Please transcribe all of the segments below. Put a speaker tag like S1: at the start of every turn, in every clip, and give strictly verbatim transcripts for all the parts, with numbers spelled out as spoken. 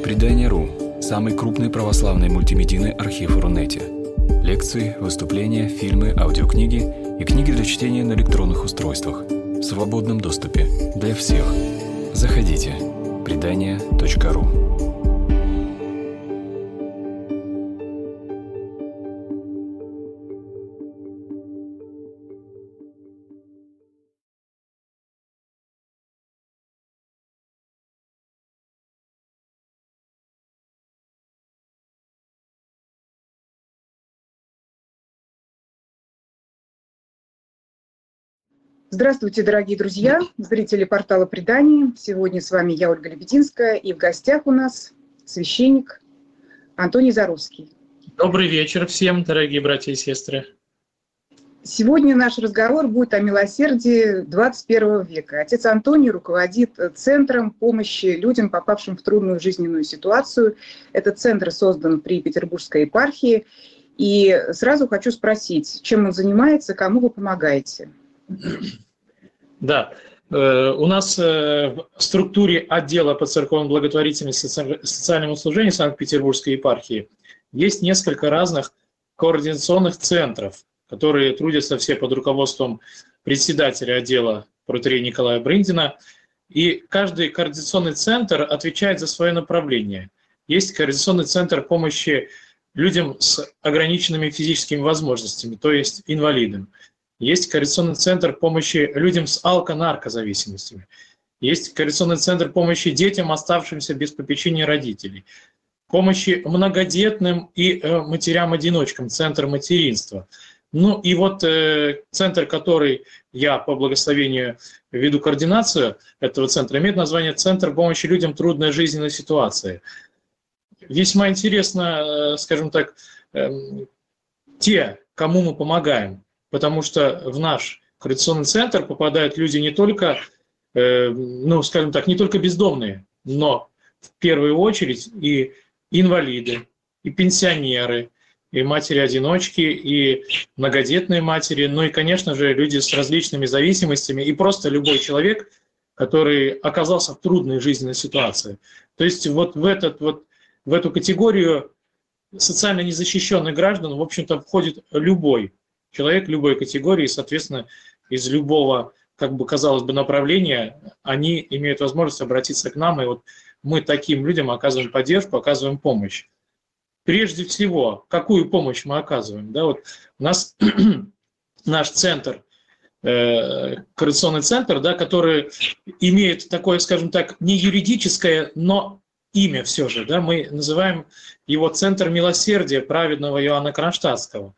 S1: Предание.ру – самый крупный православный мультимедийный архив в Рунете. Лекции, выступления, фильмы, аудиокниги и книги для чтения на электронных устройствах в свободном доступе для всех. Заходите. предание точка ру.
S2: Здравствуйте, дорогие друзья, зрители портала «Предание». Сегодня с вами я, Ольга Лебединская, и в гостях у нас священник Антоний Заровский.
S3: Добрый вечер всем, дорогие братья и сестры.
S2: Сегодня наш разговор будет о милосердии двадцать первого века. Отец Антоний руководит Центром помощи людям, попавшим в трудную жизненную ситуацию. Этот центр создан при Петербургской епархии. И сразу хочу спросить, чем он занимается, кому вы помогаете?
S3: Да, у нас в структуре отдела по церковной благотворительности и социальному служению Санкт-Петербургской епархии есть несколько разных координационных центров, которые трудятся все под руководством председателя отдела протоиерея Николая Брындина. И каждый координационный центр отвечает за свое направление. Есть координационный центр помощи людям с ограниченными физическими возможностями, то есть инвалидам. Есть координационный центр помощи людям с алко-наркозависимостями. Есть координационный центр помощи детям, оставшимся без попечения родителей. Помощи многодетным и матерям-одиночкам, центр материнства. Ну и вот э, центр, который я по благословению веду координацию этого центра, имеет название «Центр помощи людям в трудной жизненной ситуации». Весьма интересно, э, скажем так, э, те, кому мы помогаем. Потому что в наш координационный центр попадают люди не только, э, ну, скажем так, не только бездомные, но в первую очередь и инвалиды, и пенсионеры, и матери-одиночки, и многодетные матери, ну и, конечно же, люди с различными зависимостями, и просто любой человек, который оказался в трудной жизненной ситуации. То есть вот в, этот, вот, в эту категорию социально незащищенных граждан, в общем-то, входит любой человек любой категории, соответственно, из любого, как бы казалось бы, направления, они имеют возможность обратиться к нам, и вот мы таким людям оказываем поддержку, оказываем помощь. Прежде всего, какую помощь мы оказываем? Да, вот у нас наш центр, э, координационный центр, да, который имеет такое, скажем так, не юридическое, но имя все же. Да, мы называем его «Центр милосердия праведного Иоанна Кронштадтского».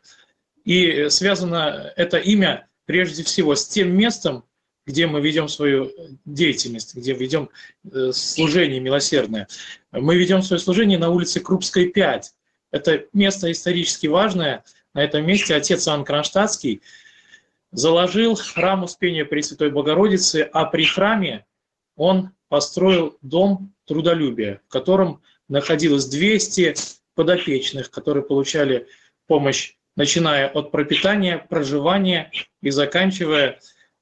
S3: И связано это имя прежде всего с тем местом, где мы ведем свою деятельность, где ведем служение милосердное. Мы ведем свое служение на улице Крупской, пять. Это место исторически важное. На этом месте отец Иоанн Кронштадтский заложил храм Успения Пресвятой Богородицы, а при храме он построил дом трудолюбия, в котором находилось двести подопечных, которые получали помощь, начиная от пропитания, проживания и заканчивая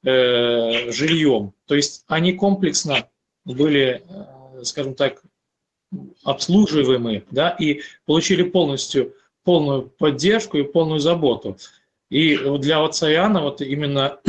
S3: э, жильем. То есть они комплексно были, э, скажем так, обслуживаемы, да, и получили полностью полную поддержку и полную заботу. И для отца Иоанна вот именно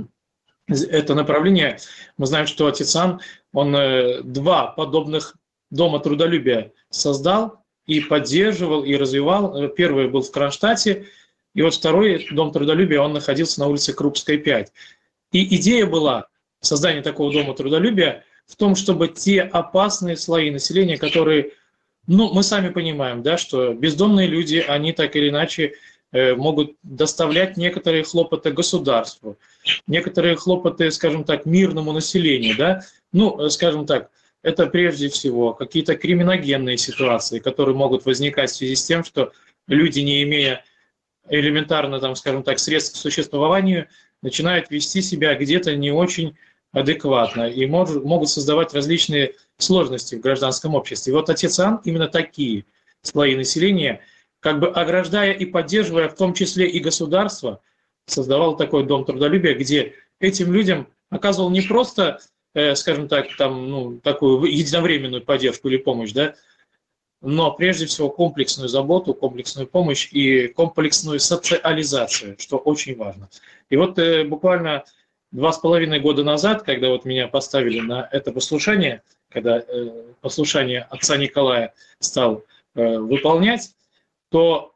S3: это направление, мы знаем, что отец Иоанн, он э, два подобных дома трудолюбия создал и поддерживал, и развивал. Первый был в Кронштадте, и вот второй дом трудолюбия, он находился на улице Крупской, пять. И идея была создания такого дома трудолюбия в том, чтобы те опасные слои населения, которые, ну, мы сами понимаем, да, что бездомные люди, они так или иначе э, могут доставлять некоторые хлопоты государству, некоторые хлопоты, скажем так, мирному населению, да, ну, скажем так, это прежде всего какие-то криминогенные ситуации, которые могут возникать в связи с тем, что люди, не имея элементарно, там, скажем так, средств к существованию, начинают вести себя где-то не очень адекватно и может, могут создавать различные сложности в гражданском обществе. И вот отец Иоанн именно такие слои населения, как бы ограждая и поддерживая, в том числе и государство, создавал такой дом трудолюбия, где этим людям оказывал не просто, э, скажем так, там, ну, такую единовременную поддержку или помощь, да, но прежде всего комплексную заботу, комплексную помощь и комплексную социализацию, что очень важно. И вот э, буквально два с половиной года назад, когда вот меня поставили на это послушание, когда э, послушание отца Николая стал э, выполнять, то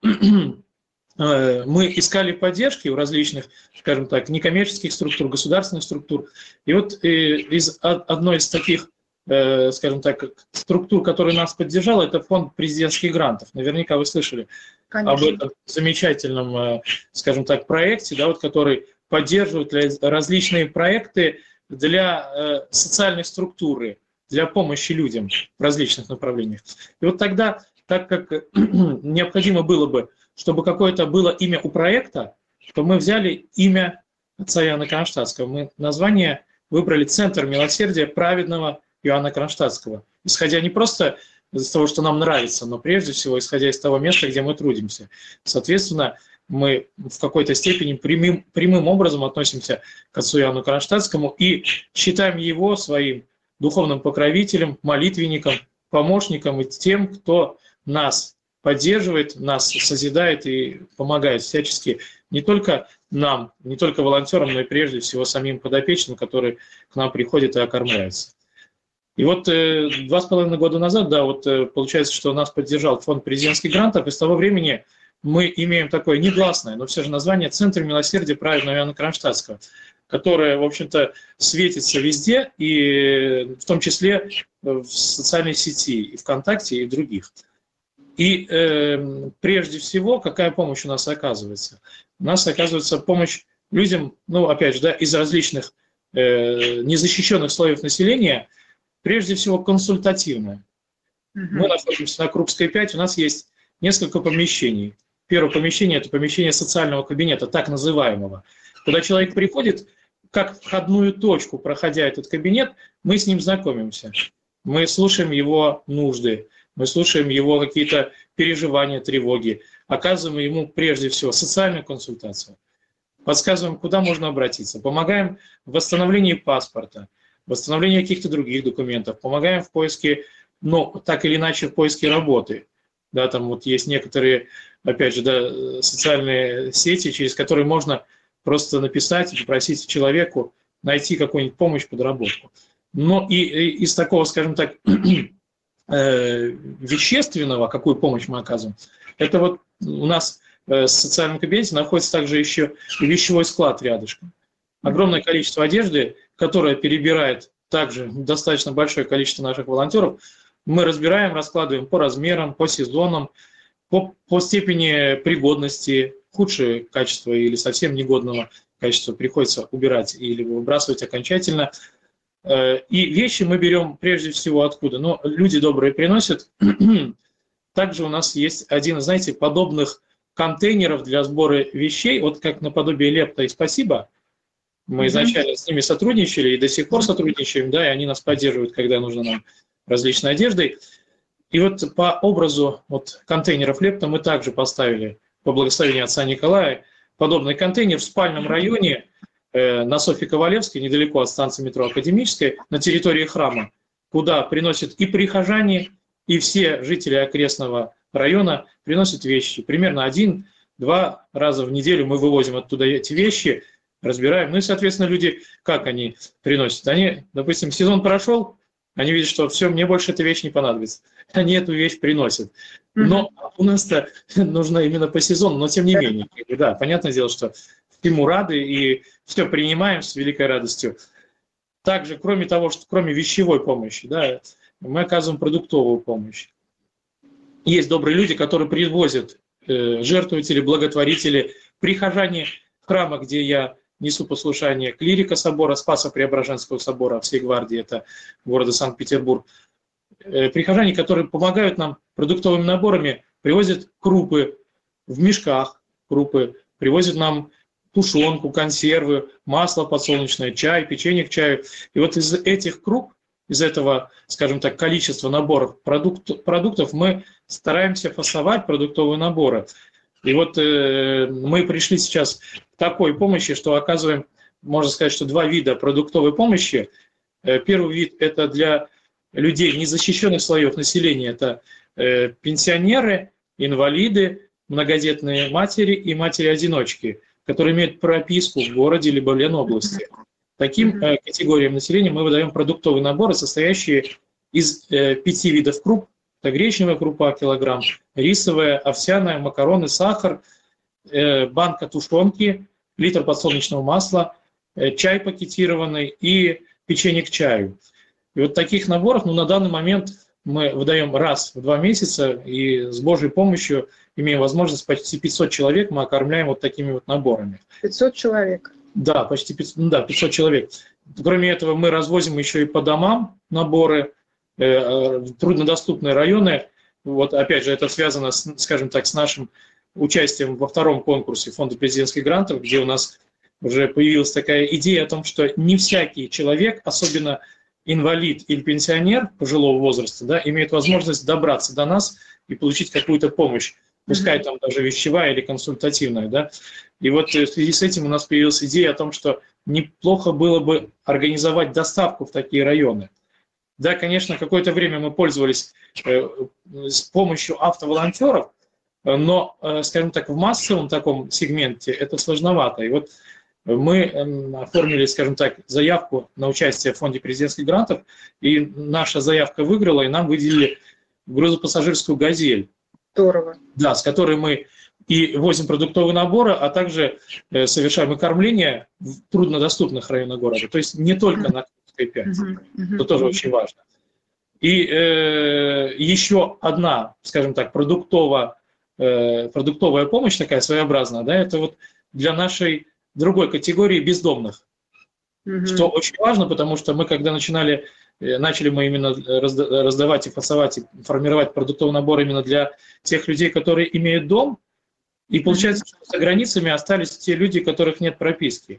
S3: э, мы искали поддержки у различных, скажем так, некоммерческих структур, государственных структур. И вот э, из одной из таких, скажем так, структур, которая нас поддержала, это фонд президентских грантов. Наверняка вы слышали Конечно. Об этом замечательном, скажем так, проекте, да, вот, который поддерживает различные проекты для социальной структуры, для помощи людям в различных направлениях. И вот тогда, так как необходимо было бы, чтобы какое-то было имя у проекта, то мы взяли имя отца Иоанна Кронштадтского. Мы название выбрали «Центр милосердия праведного Иоанна Кронштадтского», исходя не просто из того, что нам нравится, но прежде всего исходя из того места, где мы трудимся. Соответственно, мы в какой-то степени прямым, прямым образом относимся к отцу Иоанну Кронштадтскому и считаем его своим духовным покровителем, молитвенником, помощником и тем, кто нас поддерживает, нас созидает и помогает всячески не только нам, не только волонтерам, но и прежде всего самим подопечным, которые к нам приходят и окормляются. И вот э, два с половиной года назад, да, вот э, получается, что нас поддержал фонд президентских грантов, и с того времени мы имеем такое негласное, но все же название «Центр милосердия праведного Иоанна Кронштадтского», которое, в общем-то, светится везде, и в том числе в социальной сети, и ВКонтакте, и других. И э, прежде всего, какая помощь у нас оказывается? У нас оказывается помощь людям, ну, опять же, да, из различных э, незащищенных слоев населения, прежде всего, консультативная. Uh-huh. Мы находимся на Крупской пять, у нас есть несколько помещений. Первое помещение – это помещение социального кабинета, так называемого. Когда человек приходит, как входную точку, проходя этот кабинет, мы с ним знакомимся. Мы слушаем его нужды, мы слушаем его какие-то переживания, тревоги, оказываем ему прежде всего социальную консультацию, подсказываем, куда можно обратиться, помогаем в восстановлении паспорта, восстановлении каких-то других документов, помогаем в поиске, ну, так или иначе, в поиске работы. Да, там вот есть некоторые, опять же, да, социальные сети, через которые можно просто написать и попросить человеку найти какую-нибудь помощь, подработку. Но и, и из такого, скажем так, э, вещественного, какую помощь мы оказываем, это вот у нас в социальном кабинете находится также еще и вещевой склад рядышком. Огромное количество одежды, которое перебирает также достаточно большое количество наших волонтеров, мы разбираем, раскладываем по размерам, по сезонам, по, по степени пригодности, худшее качество или совсем негодного качества приходится убирать или выбрасывать окончательно. И вещи мы берем прежде всего откуда? Ну, люди добрые приносят. Также у нас есть один, знаете, подобных контейнеров для сбора вещей, вот как наподобие Лепта и Спасибо. Мы изначально mm-hmm. с ними сотрудничали и до сих пор сотрудничаем, да, и они нас поддерживают, когда нужно нам различной одеждой. И вот по образу вот контейнеров Лепта мы также поставили по благословению отца Николая подобный контейнер в спальном районе э, на Софьи Ковалевской, недалеко от станции метро Академической, на территории храма, куда приносят и прихожане, и все жители окрестного района приносят вещи. Примерно один-два раза в неделю мы вывозим оттуда эти вещи, разбираем. Ну и, соответственно, люди, как они приносят? Они, допустим, сезон прошел, они видят, что все, мне больше эта вещь не понадобится. Они эту вещь приносят. Но mm-hmm. у нас-то нужно именно по сезону, но тем не менее. Да, понятное дело, что всему рады и все принимаем с великой радостью. Также, кроме того, что кроме вещевой помощи, да, мы оказываем продуктовую помощь. Есть добрые люди, которые привозят э, жертвователи, благотворители, прихожане храма, где я несу послушание, клирика собора, Спасо-Преображенского собора всей гвардии, это города Санкт-Петербург. Прихожане, которые помогают нам продуктовыми наборами, привозят крупы в мешках, крупы, привозят нам тушенку, консервы, масло подсолнечное, чай, печенье к чаю. И вот из этих круп, из этого, скажем так, количества наборов продукт, продуктов мы стараемся фасовать продуктовые наборы. И вот э, мы пришли сейчас к такой помощи, что оказываем, можно сказать, что два вида продуктовой помощи. Э, первый вид – это для людей незащищенных слоев населения. Это э, пенсионеры, инвалиды, многодетные матери и матери-одиночки, которые имеют прописку в городе либо в Ленобласти. Таким э, категориям населения мы выдаем продуктовые наборы, состоящие из э, пяти видов круп. Это гречневая крупа килограмм, рисовая, овсяная, макароны, сахар, э, банка тушенки, литр подсолнечного масла, э, чай пакетированный и печенье к чаю. И вот таких наборов, ну, на данный момент мы выдаем раз в два месяца, и с Божьей помощью имеем возможность почти пятьсот человек мы окормляем вот такими вот наборами.
S2: пятьсот человек?
S3: Да, почти пятьсот, ну, да, пятьсот человек. Кроме этого, мы развозим еще и по домам наборы, э, в труднодоступные районы. Вот, опять же, это связано, с, скажем так, с нашим участием во втором конкурсе Фонда президентских грантов, где у нас уже появилась такая идея о том, что не всякий человек, особенно инвалид или пенсионер пожилого возраста, да, имеет возможность добраться до нас и получить какую-то помощь, пускай там даже вещевая или консультативная. Да. И вот в связи с этим у нас появилась идея о том, что неплохо было бы организовать доставку в такие районы. Да, конечно, какое-то время мы пользовались э, с помощью автоволонтеров, но, э, скажем так, в массовом таком сегменте это сложновато. И вот мы э, оформили, скажем так, заявку на участие в фонде президентских грантов, и наша заявка выиграла, и нам выделили грузопассажирскую «Газель».
S2: Здорово. Да,
S3: с которой мы и возим продуктовые наборы, а также э, совершаем и кормление в труднодоступных районах города. То есть не только на Крупской пять. Uh-huh. Uh-huh. Это тоже очень важно. И э, еще одна, скажем так, продуктово, э, продуктовая помощь такая своеобразная, да, это вот для нашей другой категории бездомных. Uh-huh. Что очень важно, потому что мы, когда начинали, начали мы именно раздавать и фасовать, и формировать продуктовый набор именно для тех людей, которые имеют дом, и получается, что за границами остались те люди, у которых нет прописки.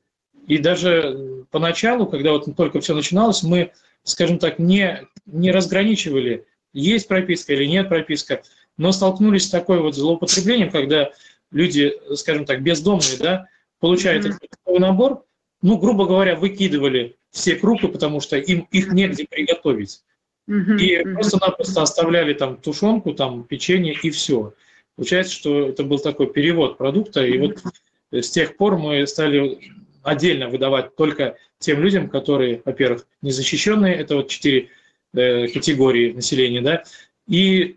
S3: И даже поначалу, когда вот только все начиналось, мы, скажем так, не, не разграничивали, есть прописка или нет прописка, но столкнулись с такой вот злоупотреблением, когда люди, скажем так, бездомные, да, получают mm-hmm. этот набор, ну, грубо говоря, выкидывали все крупы, потому что им их негде приготовить. Mm-hmm. И mm-hmm. просто-напросто оставляли там тушенку, там печенье и все. Получается, что это был такой перевод продукта, и вот с тех пор мы стали отдельно выдавать только тем людям, которые, во-первых, незащищенные, это вот четыре э, категории населения, да, и,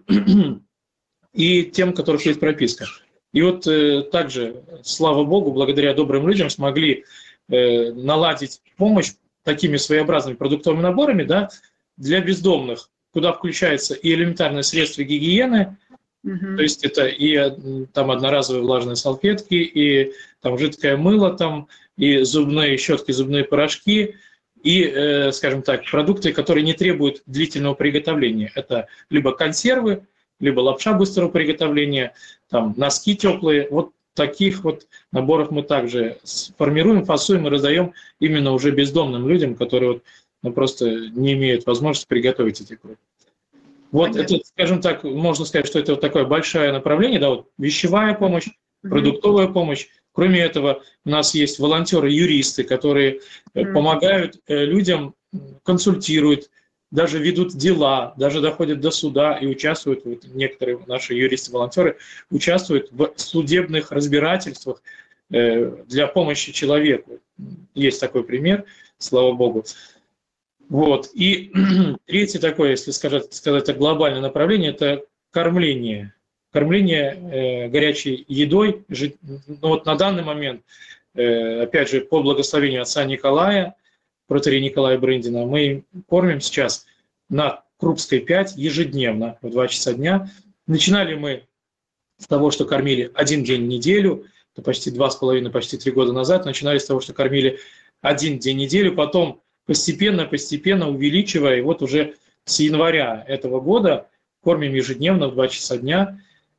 S3: и тем, у которых есть прописка. И вот э, также, слава Богу, благодаря добрым людям смогли э, наладить помощь такими своеобразными продуктовыми наборами, да, для бездомных, куда включаются и элементарные средства гигиены, Uh-huh. то есть это и там одноразовые влажные салфетки, и там жидкое мыло, там, и зубные щетки, зубные порошки, и, э, скажем так, продукты, которые не требуют длительного приготовления. Это либо консервы, либо лапша быстрого приготовления, там, носки теплые. Вот таких вот наборов мы также формируем, фасуем и раздаем именно уже бездомным людям, которые вот, ну, просто не имеют возможности приготовить эти крупы. Вот Понятно. Это, скажем так, можно сказать, что это вот такое большое направление, да, вот вещевая помощь, продуктовая mm-hmm. помощь. Кроме этого, у нас есть волонтеры-юристы, которые mm-hmm. помогают людям, консультируют, даже ведут дела, даже доходят до суда и участвуют, вот некоторые наши юристы-волонтеры участвуют в судебных разбирательствах для помощи человеку. Есть такой пример, слава Богу. Вот. И третье такое, если сказать, сказать это глобальное направление, это кормление. Кормление э, горячей едой. Ну, вот на данный момент, э, опять же, по благословению отца Николая, протоиерея Николая Брындина, мы кормим сейчас на Крупской пять ежедневно в два часа дня. Начинали мы с того, что кормили один день в неделю, это почти два с половиной, почти три года назад. Начинали с того, что кормили один день в неделю, потом постепенно, постепенно увеличивая, и вот уже с января этого года кормим ежедневно в два часа дня.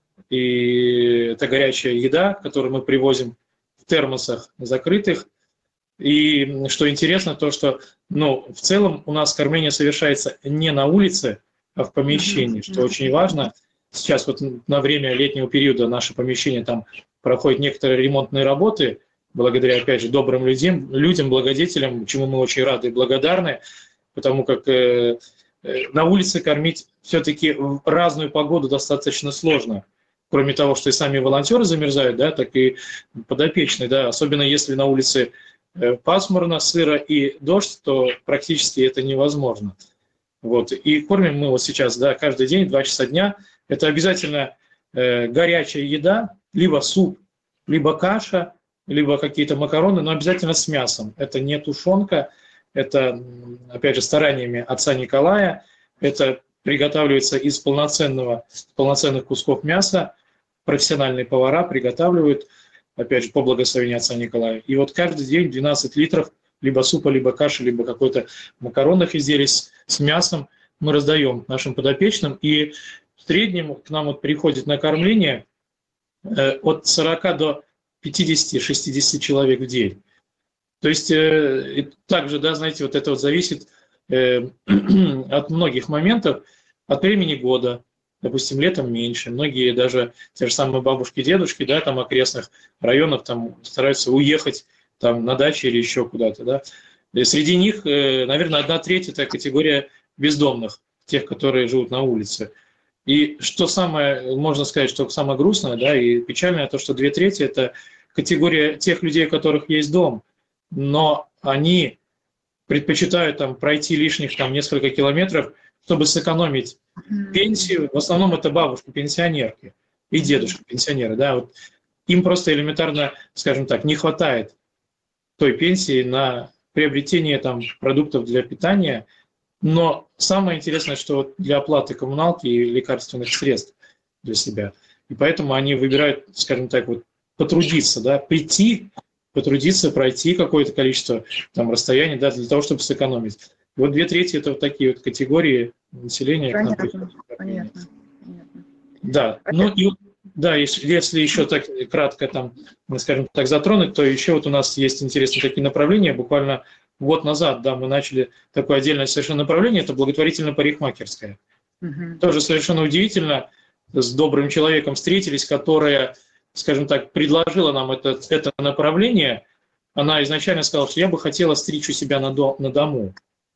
S3: И это горячая еда, которую мы привозим в термосах закрытых. И что интересно, то что, ну, в целом у нас кормление совершается не на улице, а в помещении, что очень важно. Сейчас вот на время летнего периода наше помещение, там проходят некоторые ремонтные работы, благодаря, опять же, добрым людям, людям, благодетелям, чему мы очень рады и благодарны, потому как э, на улице кормить все-таки в разную погоду достаточно сложно. Кроме того, что и сами волонтеры замерзают, да, так и подопечные, да, особенно если на улице пасмурно, сыро и дождь, то практически это невозможно. Вот. И кормим мы вот сейчас, да, каждый день, два часа дня. Это обязательно э, горячая еда, либо суп, либо каша, либо какие-то макароны, но обязательно с мясом. Это не тушенка, это, опять же, стараниями отца Николая. Это приготавливается из полноценного, полноценных кусков мяса. Профессиональные повара приготавливают, опять же, по благословению отца Николая. И вот каждый день двенадцать литров либо супа, либо каши, либо какой-то макаронных изделий с, с мясом мы раздаем нашим подопечным. И в среднем к нам вот приходит на кормление э, от сорока до пятидесяти-шестидесяти человек в день. То есть э, также, да, знаете, вот это вот зависит э, от многих моментов, от времени года. Допустим, летом меньше. Многие даже те же самые бабушки, дедушки, да, там окрестных районов там стараются уехать там на даче или еще куда-то, да. И среди них, наверное, одна треть – это категория бездомных, тех, которые живут на улице. И что самое, можно сказать, что самое грустное, да, и печальное, то, что две трети – это категория тех людей, у которых есть дом, но они предпочитают там пройти лишних там несколько километров, чтобы сэкономить пенсию. В основном это бабушки-пенсионерки и дедушки-пенсионеры, да, вот им просто элементарно, скажем так, не хватает той пенсии на приобретение там продуктов для питания, но самое интересное, что для оплаты коммуналки и лекарственных средств для себя. И поэтому они выбирают, скажем так, вот потрудиться, да, прийти, потрудиться, пройти какое-то количество там расстояний, да, для того, чтобы сэкономить. И вот две трети это вот такие вот категории населения.
S2: Понятно, понятно, понятно.
S3: Да, ну и да, если, если еще так кратко там, скажем так, затронуть, то еще вот у нас есть интересные такие направления. Буквально год назад, да, мы начали такое отдельное совершенно направление, это благотворительно-парикмахерская. Угу. Тоже совершенно удивительно, с добрым человеком встретились, которая, скажем так, предложила нам это, это направление. Она изначально сказала, что я бы хотела стричь у себя на, до, на дому.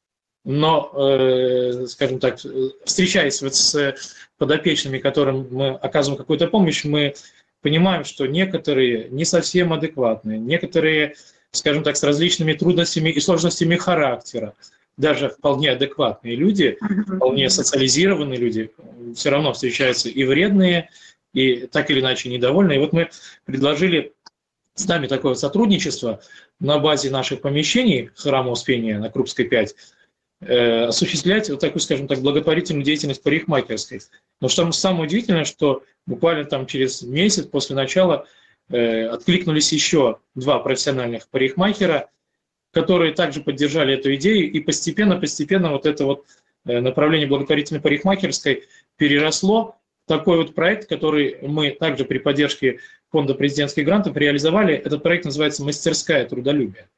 S3: Но, э, скажем так, встречаясь вот с подопечными, которым мы оказываем какую-то помощь, мы понимаем, что некоторые не совсем адекватные, некоторые, скажем так, с различными трудностями и сложностями характера, даже вполне адекватные люди, вполне социализированные люди, все равно встречаются и вредные, и так или иначе недовольные. И вот мы предложили с нами такое сотрудничество на базе наших помещений Храма Успения на Крупской пять, осуществлять вот такую, скажем так, благотворительную деятельность парикмахерской. Но что самое удивительное, что буквально там через месяц после начала э, откликнулись еще два профессиональных парикмахера, которые также поддержали эту идею, и постепенно-постепенно вот это вот направление благотворительной парикмахерской переросло в такой вот проект, который мы также при поддержке фонда президентских грантов реализовали. Этот проект называется «Мастерская трудолюбия».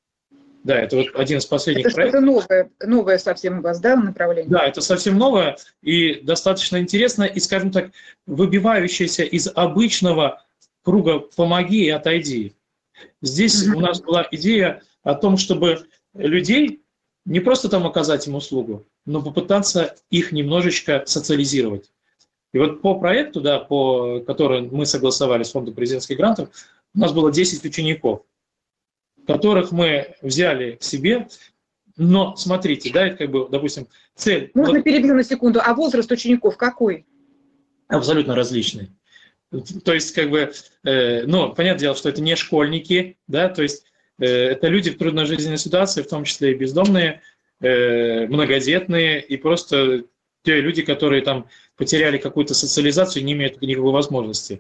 S3: Да, это вот один из последних
S2: это
S3: проектов.
S2: Это новое, новое совсем у вас, да, направление? Да,
S3: это совсем новое и достаточно интересно, и, скажем так, выбивающееся из обычного круга «помоги и отойди». Здесь mm-hmm. у нас была идея о том, чтобы людей не просто там оказать им услугу, но попытаться их немножечко социализировать. И вот по проекту, да, по которому мы согласовали с фондом президентских грантов, у нас было десять учеников, которых мы взяли к себе, но смотрите, да, это как бы, допустим, цель...
S2: Можно вот, перебью на секунду, а возраст учеников какой?
S3: Абсолютно различный. То есть, как бы, э, ну, понятное дело, что это не школьники, да, то есть э, это люди в трудной жизненной ситуации, в том числе и бездомные, э, многодетные, и просто те люди, которые там потеряли какую-то социализацию и не имеют никакой возможности.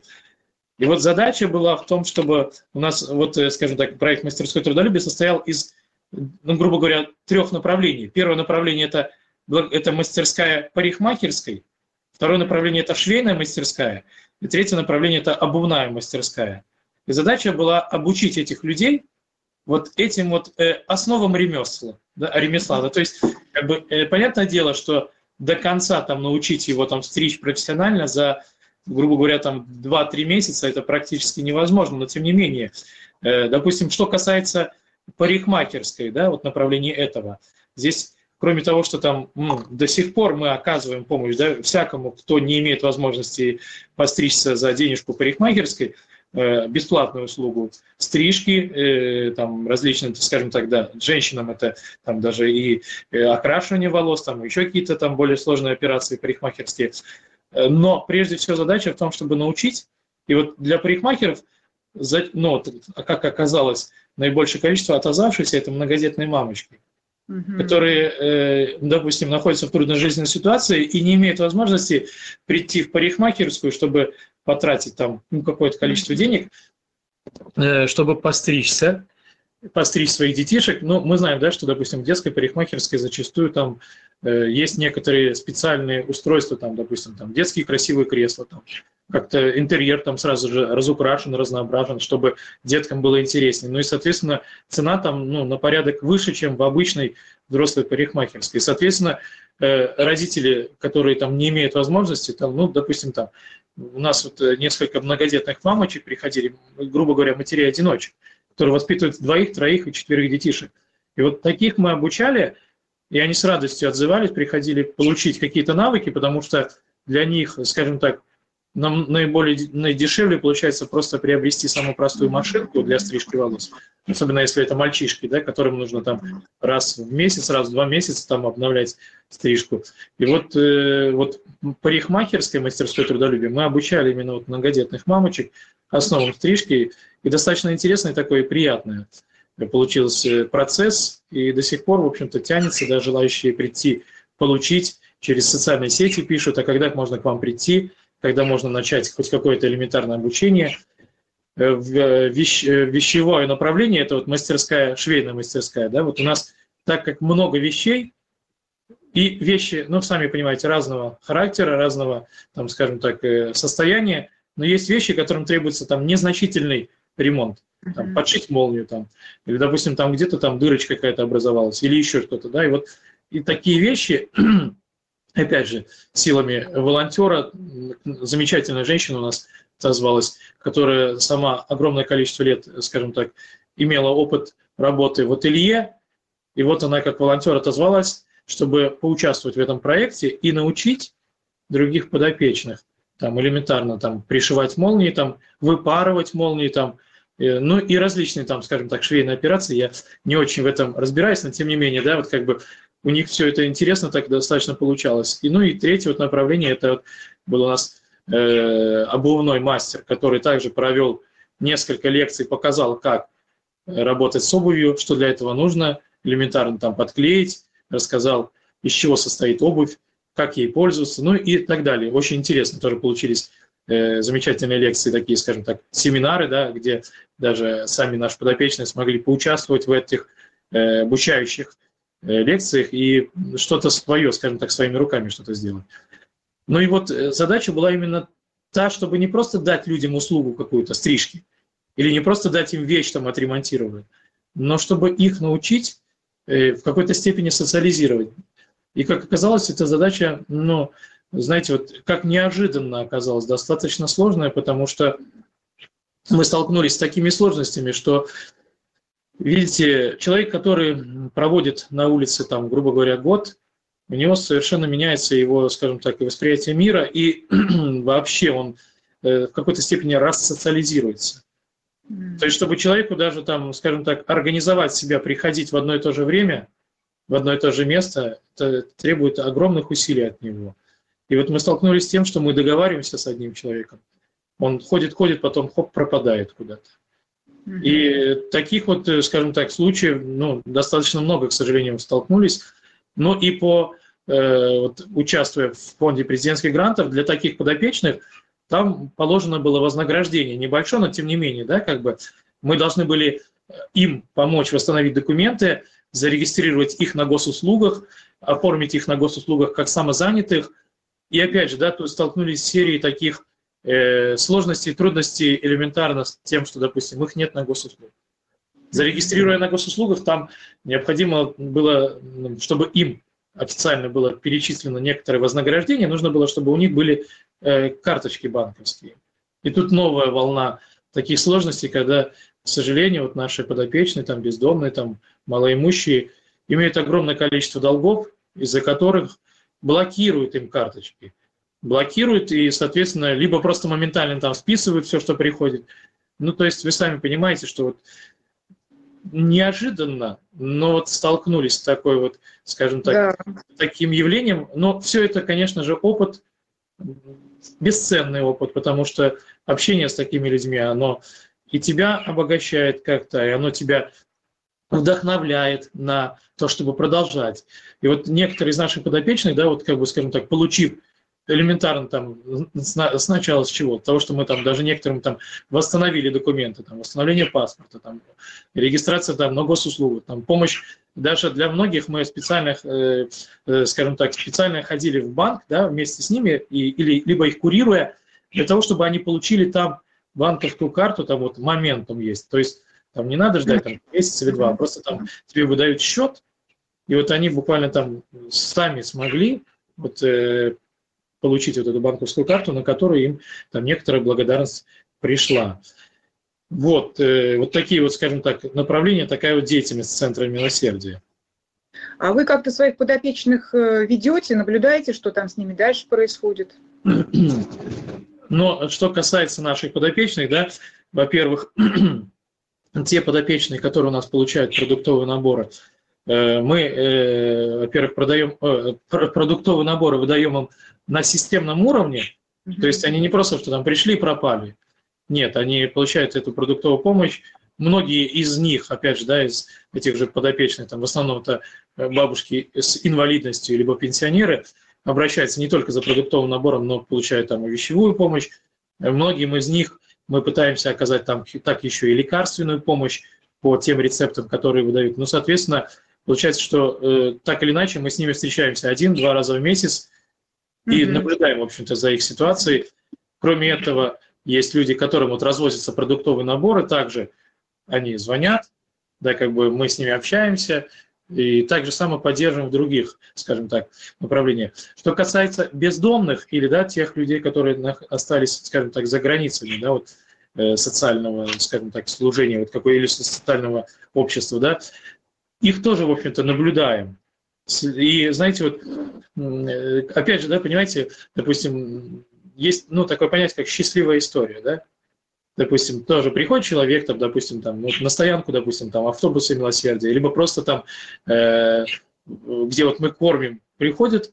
S3: И вот задача была в том, чтобы у нас, вот, скажем так, проект «Мастерской трудолюбия» состоял из, ну, грубо говоря, трех направлений. Первое направление – это, это мастерская парикмахерской, второе направление – это швейная мастерская, и третье направление – это обувная мастерская. И задача была обучить этих людей вот этим вот э, основам ремесла, да, ремесла. Да, то есть, как бы, э, понятное дело, что до конца там научить его там стричь профессионально за, грубо говоря, там два-три месяца это практически невозможно, но тем не менее, э, допустим, что касается парикмахерской, да, вот направления этого, здесь кроме того, что там ну, до сих пор мы оказываем помощь, да, всякому, кто не имеет возможности постричься за денежку парикмахерской, э, бесплатную услугу стрижки, э, там различные, скажем так, да, женщинам это там даже и окрашивание волос, там еще какие-то там более сложные операции парикмахерские. Но прежде всего задача в том, чтобы научить, и вот для парикмахеров, ну, как оказалось, наибольшее количество отозвавшихся – это многодетные мамочки, mm-hmm. которые, допустим, находятся в трудной жизненной ситуации и не имеют возможности прийти в парикмахерскую, чтобы потратить там ну, какое-то количество денег, чтобы постричься, постричь своих детишек. Ну, мы знаем, да, что, допустим, в детской парикмахерской зачастую там э, есть некоторые специальные устройства, там, допустим, там детские красивые кресла, там, как-то интерьер там сразу же разукрашен, разноображен, чтобы деткам было интереснее. Ну и, соответственно, цена там ну, на порядок выше, чем в обычной взрослой парикмахерской. И, соответственно, э, родители, которые там не имеют возможности, там, ну, допустим, там, у нас вот несколько многодетных мамочек приходили, грубо говоря, матерей-одиночек, которые воспитывают двоих, троих и четверых детишек. И вот таких мы обучали, и они с радостью отзывались, приходили получить какие-то навыки, потому что для них, скажем так, нам наиболее наидешевле получается просто приобрести самую простую машинку для стрижки волос. Особенно если это мальчишки, да, которым нужно там раз в месяц, раз в два месяца там обновлять стрижку. И вот, э, вот парикмахерской мастерской трудолюбия мы обучали именно вот многодетных мамочек основам стрижки. И достаточно интересный такой и приятный получился процесс. И до сих пор, в общем-то, тянется, да, желающие прийти, получить. Через социальные сети пишут, а когда можно к вам прийти, когда можно начать хоть какое-то элементарное обучение. В вещ, вещевое направление, это вот мастерская, швейная мастерская, да, вот у нас, так как много вещей, и вещи, ну, сами понимаете, разного характера, разного, там, скажем так, состояния, но есть вещи, которым требуется там незначительный ремонт, там, подшить молнию, там, или, допустим, там где-то там дырочка какая-то образовалась, или еще что-то, да, и вот и такие вещи, опять же, силами волонтера, замечательная женщина у нас отозвалась, которая сама огромное количество лет, скажем так, имела опыт работы в ателье, и вот она как волонтер отозвалась, чтобы поучаствовать в этом проекте и научить других подопечных, там, элементарно там, пришивать молнии, там, выпарывать молнии, там, э, ну и различные, там, скажем так, швейные операции. Я не очень в этом разбираюсь, но тем не менее, да, вот как бы у них все это интересно, так достаточно получалось. И, ну и третье вот направление, это вот был у нас э, обувной мастер, который также провел несколько лекций, показал, как работать с обувью, что для этого нужно, элементарно там подклеить, рассказал, из чего состоит обувь, как ей пользоваться, ну и так далее. Очень интересно, тоже получились э, замечательные лекции, такие, скажем так, семинары, да, где даже сами наши подопечные смогли поучаствовать в этих э, обучающих э, лекциях и что-то свое, скажем так, своими руками что-то сделать. Ну и вот задача была именно та, чтобы не просто дать людям услугу какую-то, стрижки, или не просто дать им вещь там отремонтировать, но чтобы их научить э, в какой-то степени социализировать. И, как оказалось, эта задача, ну, знаете, вот как неожиданно оказалась, достаточно сложная, потому что мы столкнулись с такими сложностями, что, видите, человек, который проводит на улице, там, грубо говоря, год, у него совершенно меняется его, скажем так, и восприятие мира, и вообще он э, в какой-то степени рассоциализируется. Mm. То есть, чтобы человеку даже, там, скажем так, организовать себя, приходить в одно и то же время, в одно и то же место, это требует огромных усилий от него. И вот мы столкнулись с тем, что мы договариваемся с одним человеком. Он ходит, ходит, потом хоп, пропадает куда-то. Mm-hmm. И таких вот, скажем так, случаев, ну, достаточно много, к сожалению, столкнулись. Ну и по, э, вот, участвуя в фонде президентских грантов, для таких подопечных там положено было вознаграждение небольшое, но тем не менее, да, как бы мы должны были им помочь восстановить документы, зарегистрировать их на госуслугах, оформить их на госуслугах как самозанятых. И опять же, да, тут столкнулись с серией таких э, сложностей, трудностей элементарно с тем, что, допустим, их нет на госуслугах. Зарегистрируя на госуслугах, там необходимо было, чтобы им официально было перечислено некоторое вознаграждение, нужно было, чтобы у них были э, карточки банковские. И тут новая волна таких сложностей, когда, к сожалению, вот наши подопечные, там, бездомные, там, малоимущие, имеют огромное количество долгов, из-за которых блокируют им карточки. Блокируют и, соответственно, либо просто моментально там списывают все, что приходит. Ну, то есть вы сами понимаете, что вот неожиданно, но вот столкнулись с такой вот, скажем так, да. таким явлением. Но все это, конечно же, опыт, бесценный опыт, потому что общение с такими людьми, оно и тебя обогащает как-то, и оно тебя вдохновляет на то, чтобы продолжать. И вот некоторые из наших подопечных, да, вот как бы, скажем так, получив элементарно там сначала с чего? Того, что мы там даже некоторым там восстановили документы, там, восстановление паспорта, там, регистрация там, на госуслугу, там, помощь. Даже для многих мы специально, э, э, скажем так, специально ходили в банк, да, вместе с ними, и, или, либо их курируя, для того, чтобы они получили там банковскую карту, там вот моментум есть. То есть там не надо ждать там, месяц или два, а просто там тебе выдают счет, и вот они буквально там сами смогли вот, э, получить вот эту банковскую карту, на которую им там некоторая благодарность пришла. Вот, э, вот такие вот, скажем так, направления, такая вот деятельность Центра милосердия.
S2: А вы как-то своих подопечных ведете, наблюдаете, что там с ними дальше происходит?
S3: Но что касается наших подопечных, да, во-первых, те подопечные, которые у нас получают продуктовые наборы, мы, во-первых, продаем продуктовые наборы, выдаем им на системном уровне, mm-hmm. то есть они не просто что там пришли и пропали. Нет, они получают эту продуктовую помощь. Многие из них, опять же, да, из этих же подопечных, там, в основном это бабушки с инвалидностью либо пенсионеры, обращаются не только за продуктовым набором, но получают там и вещевую помощь. Многим из них мы пытаемся оказать там так еще и лекарственную помощь по тем рецептам, которые выдают. Ну, соответственно, получается, что э, так или иначе мы с ними встречаемся один-два раза в месяц и mm-hmm. наблюдаем, в общем-то, за их ситуацией. Кроме этого, есть люди, которым вот развозятся продуктовые наборы, также они звонят, да, как бы мы с ними общаемся, и так же само поддерживаем в других, скажем так, направлениях. Что касается бездомных или, да, тех людей, которые остались, скажем так, за границами, да, вот, э, социального, скажем так, служения, вот какой, или социального общества, да, их тоже, в общем-то, наблюдаем. И, знаете, вот, э, опять же, да, понимаете, допустим, есть, ну, такое понятие, как счастливая история, да. Допустим, тоже приходит человек, там, допустим, там, вот на стоянку, допустим, там, автобуса милосердия, либо просто там, э, где вот мы кормим, приходит,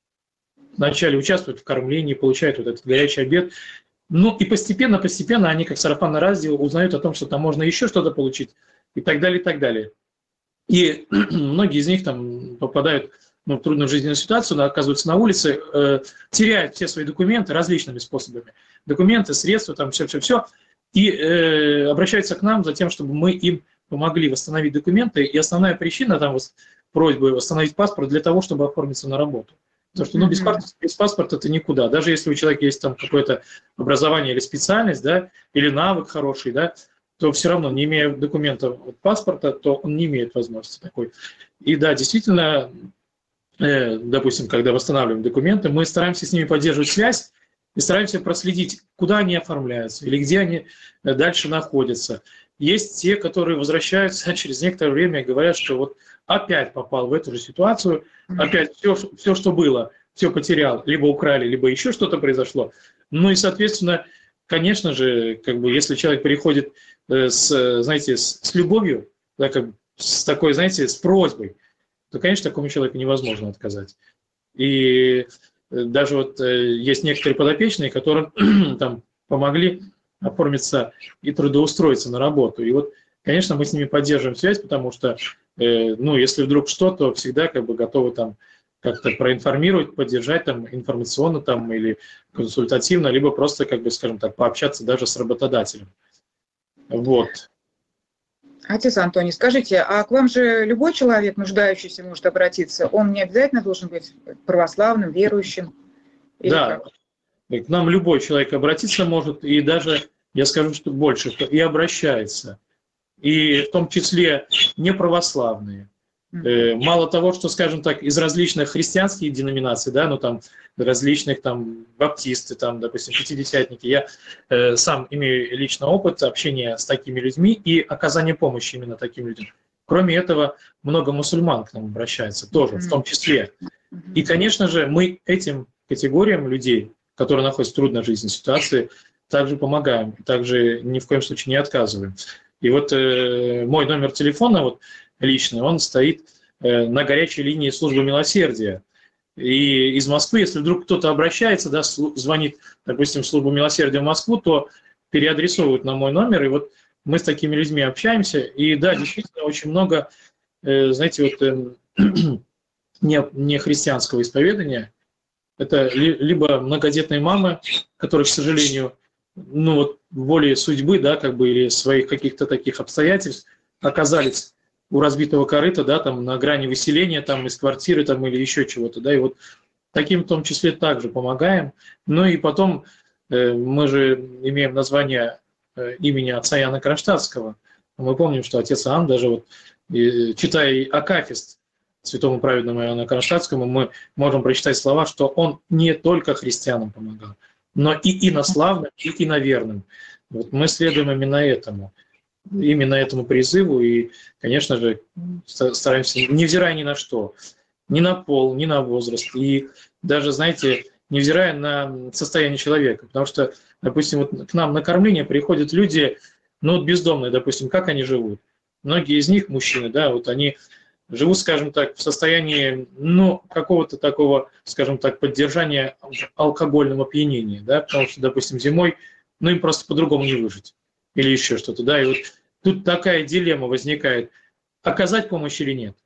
S3: вначале участвует в кормлении, получает вот этот горячий обед, ну и постепенно, постепенно они, как сарафанное радио, узнают о том, что там можно еще что-то получить, и так далее, и так далее. И многие из них там попадают, ну, в трудную жизненную ситуацию, оказываются на улице, э, теряют все свои документы различными способами. Документы, средства, там все-все-все. И э, обращаются к нам за тем, чтобы мы им помогли восстановить документы. И основная причина там вот, просьбы восстановить паспорт для того, чтобы оформиться на работу. Потому что ну, без, паспорта, без паспорта ты никуда. Даже если у человека есть там какое-то образование или специальность, да, или навык хороший, да, то все равно, не имея документов от паспорта, то он не имеет возможности такой. И да, действительно, э, допустим, когда восстанавливаем документы, мы стараемся с ними поддерживать связь, и стараемся проследить, куда они оформляются или где они дальше находятся. Есть те, которые возвращаются через некоторое время и говорят, что вот опять попал в эту же ситуацию, опять все, все что было, все потерял, либо украли, либо еще что-то произошло. Ну и, соответственно, конечно же, как бы, если человек приходит с, знаете, с, с любовью, да, как, с такой, знаете, с просьбой, то, конечно, такому человеку невозможно отказать. И даже вот э, есть некоторые подопечные, которым там помогли оформиться и трудоустроиться на работу. И вот, конечно, мы с ними поддерживаем связь, потому что, э, ну, если вдруг что, то всегда как бы готовы там как-то проинформировать, поддержать там информационно там или консультативно, либо просто, как бы, скажем так, пообщаться даже с работодателем. Вот.
S2: Отец Антоний, скажите, а к вам же любой человек, нуждающийся, может обратиться? Он не обязательно должен быть православным, верующим?
S3: Да, как? К нам любой человек обратиться может, и даже, я скажу, что больше, и обращается. И в том числе неправославные. Mm-hmm. Мало того, что, скажем так, из различных христианских деноминаций, да, ну там различных там баптисты, там, допустим, пятидесятники, я э, сам имею личный опыт общения с такими людьми и оказания помощи именно таким людям. Кроме этого, много мусульман к нам обращается тоже, в том числе. И, конечно же, мы этим категориям людей, которые находятся в трудной жизненной ситуации, также помогаем, также ни в коем случае не отказываем. И вот э, мой номер телефона вот, личный, он стоит э, на горячей линии службы милосердия. И из Москвы, если вдруг кто-то обращается, да, звонит, допустим, в службу милосердия в Москву, то переадресовывают на мой номер, и вот мы с такими людьми общаемся. И да, действительно, очень много, э, знаете, вот э, не, не христианского исповедания. Это ли, либо многодетные мамы, которые, к сожалению, ну вот волей судьбы, да, как бы, или своих каких-то таких обстоятельств оказались у разбитого корыта, да, там, на грани выселения, там, из квартиры, там, или еще чего-то, да, и вот таким в том числе также помогаем. Ну и потом э, мы же имеем название э, имени отца Иоанна Кронштадтского. Мы помним, что отец Иоанн, даже вот, э, читая акафист святому праведному Иоанну Кронштадтскому, мы можем прочитать слова, что он не только христианам помогал, но и инославным, и иноверным. Вот мы следуем именно этому, именно этому призыву, и, конечно же, стараемся, невзирая ни на что, ни на пол, ни на возраст, и даже, знаете, невзирая на состояние человека, потому что, допустим, вот к нам на кормление приходят люди, ну, вот бездомные, допустим, как они живут? Многие из них, мужчины, да, вот они живут, скажем так, в состоянии, ну, какого-то такого, скажем так, поддержания алкогольного опьянения, да, потому что, допустим, зимой, ну, им просто по-другому не выжить или еще что-то, да, и вот тут такая дилемма возникает, оказать помощь или нет,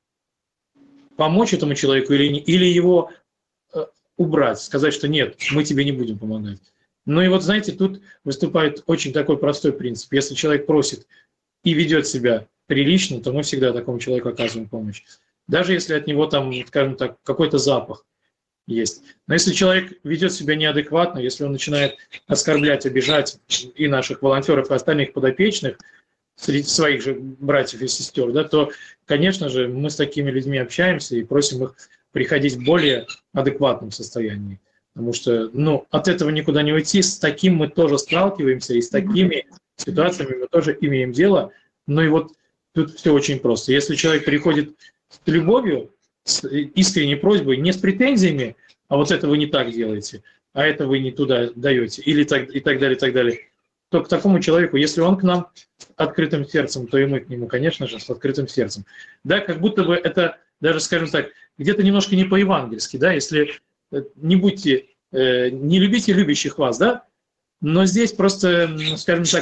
S3: помочь этому человеку или не, или его э, убрать, сказать, что нет, мы тебе не будем помогать. Ну и вот, знаете, тут выступает очень такой простой принцип, если человек просит и ведет себя прилично, то мы всегда такому человеку оказываем помощь. Даже если от него там, скажем так, какой-то запах есть. Но если человек ведет себя неадекватно, если он начинает оскорблять, обижать и наших волонтеров, и остальных подопечных, среди своих же братьев и сестер, да, то, конечно же, мы с такими людьми общаемся и просим их приходить в более адекватном состоянии. Потому что, ну, от этого никуда не уйти, с таким мы тоже сталкиваемся, и с такими ситуациями мы тоже имеем дело. Ну и вот тут все очень просто. Если человек приходит с любовью, с искренней просьбой, не с претензиями, а вот это вы не так делаете, а это вы не туда даете, или так, и так далее, и так далее, то к такому человеку, если он к нам с открытым сердцем, то и мы к нему, конечно же, с открытым сердцем. Да, как будто бы это, даже, скажем так, где-то немножко не по-евангельски, да, если не будьте, э, не любите любящих вас, да, но здесь просто, скажем так,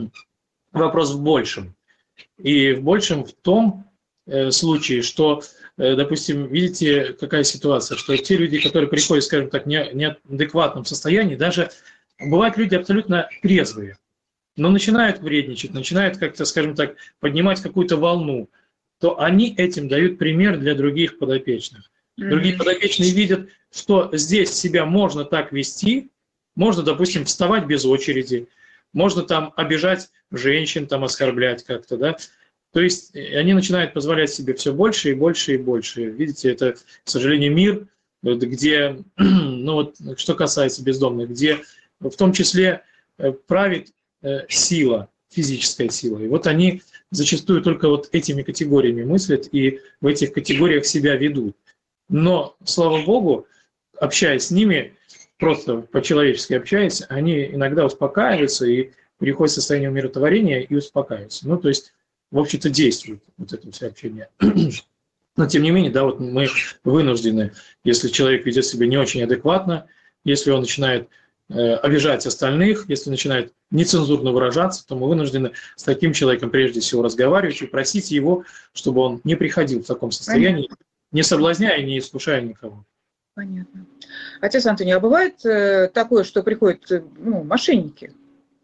S3: вопрос в большем. И в большем в том э, случае, что, э, допустим, видите, какая ситуация, что те люди, которые приходят, скажем так, в не, неадекватном состоянии, даже бывают люди абсолютно трезвые, но начинают вредничать, начинают как-то, скажем так, поднимать какую-то волну, то они этим дают пример для других подопечных. Другие подопечные видят, что здесь себя можно так вести, можно, допустим, вставать без очереди, можно там обижать женщин, там оскорблять как-то, да. То есть они начинают позволять себе все больше и больше и больше. Видите, это, к сожалению, мир, где, ну вот, что касается бездомных, где в том числе правит сила, физическая сила. И вот они зачастую только вот этими категориями мыслят и в этих категориях себя ведут. Но, слава Богу, общаясь с ними, просто по-человечески общаясь, они иногда успокаиваются и переходят в состояние умиротворения и успокаиваются. Ну, то есть, в общем-то, действует вот это все общение. Но, тем не менее, да, вот мы вынуждены, если человек ведет себя не очень адекватно, если он начинает э, обижать остальных, если начинает нецензурно выражаться, то мы вынуждены с таким человеком прежде всего разговаривать и просить его, чтобы он не приходил в таком состоянии, понятно, не соблазняя, не искушая никого.
S2: Понятно. Отец Антоний, а бывает э, такое, что приходят э, ну, мошенники?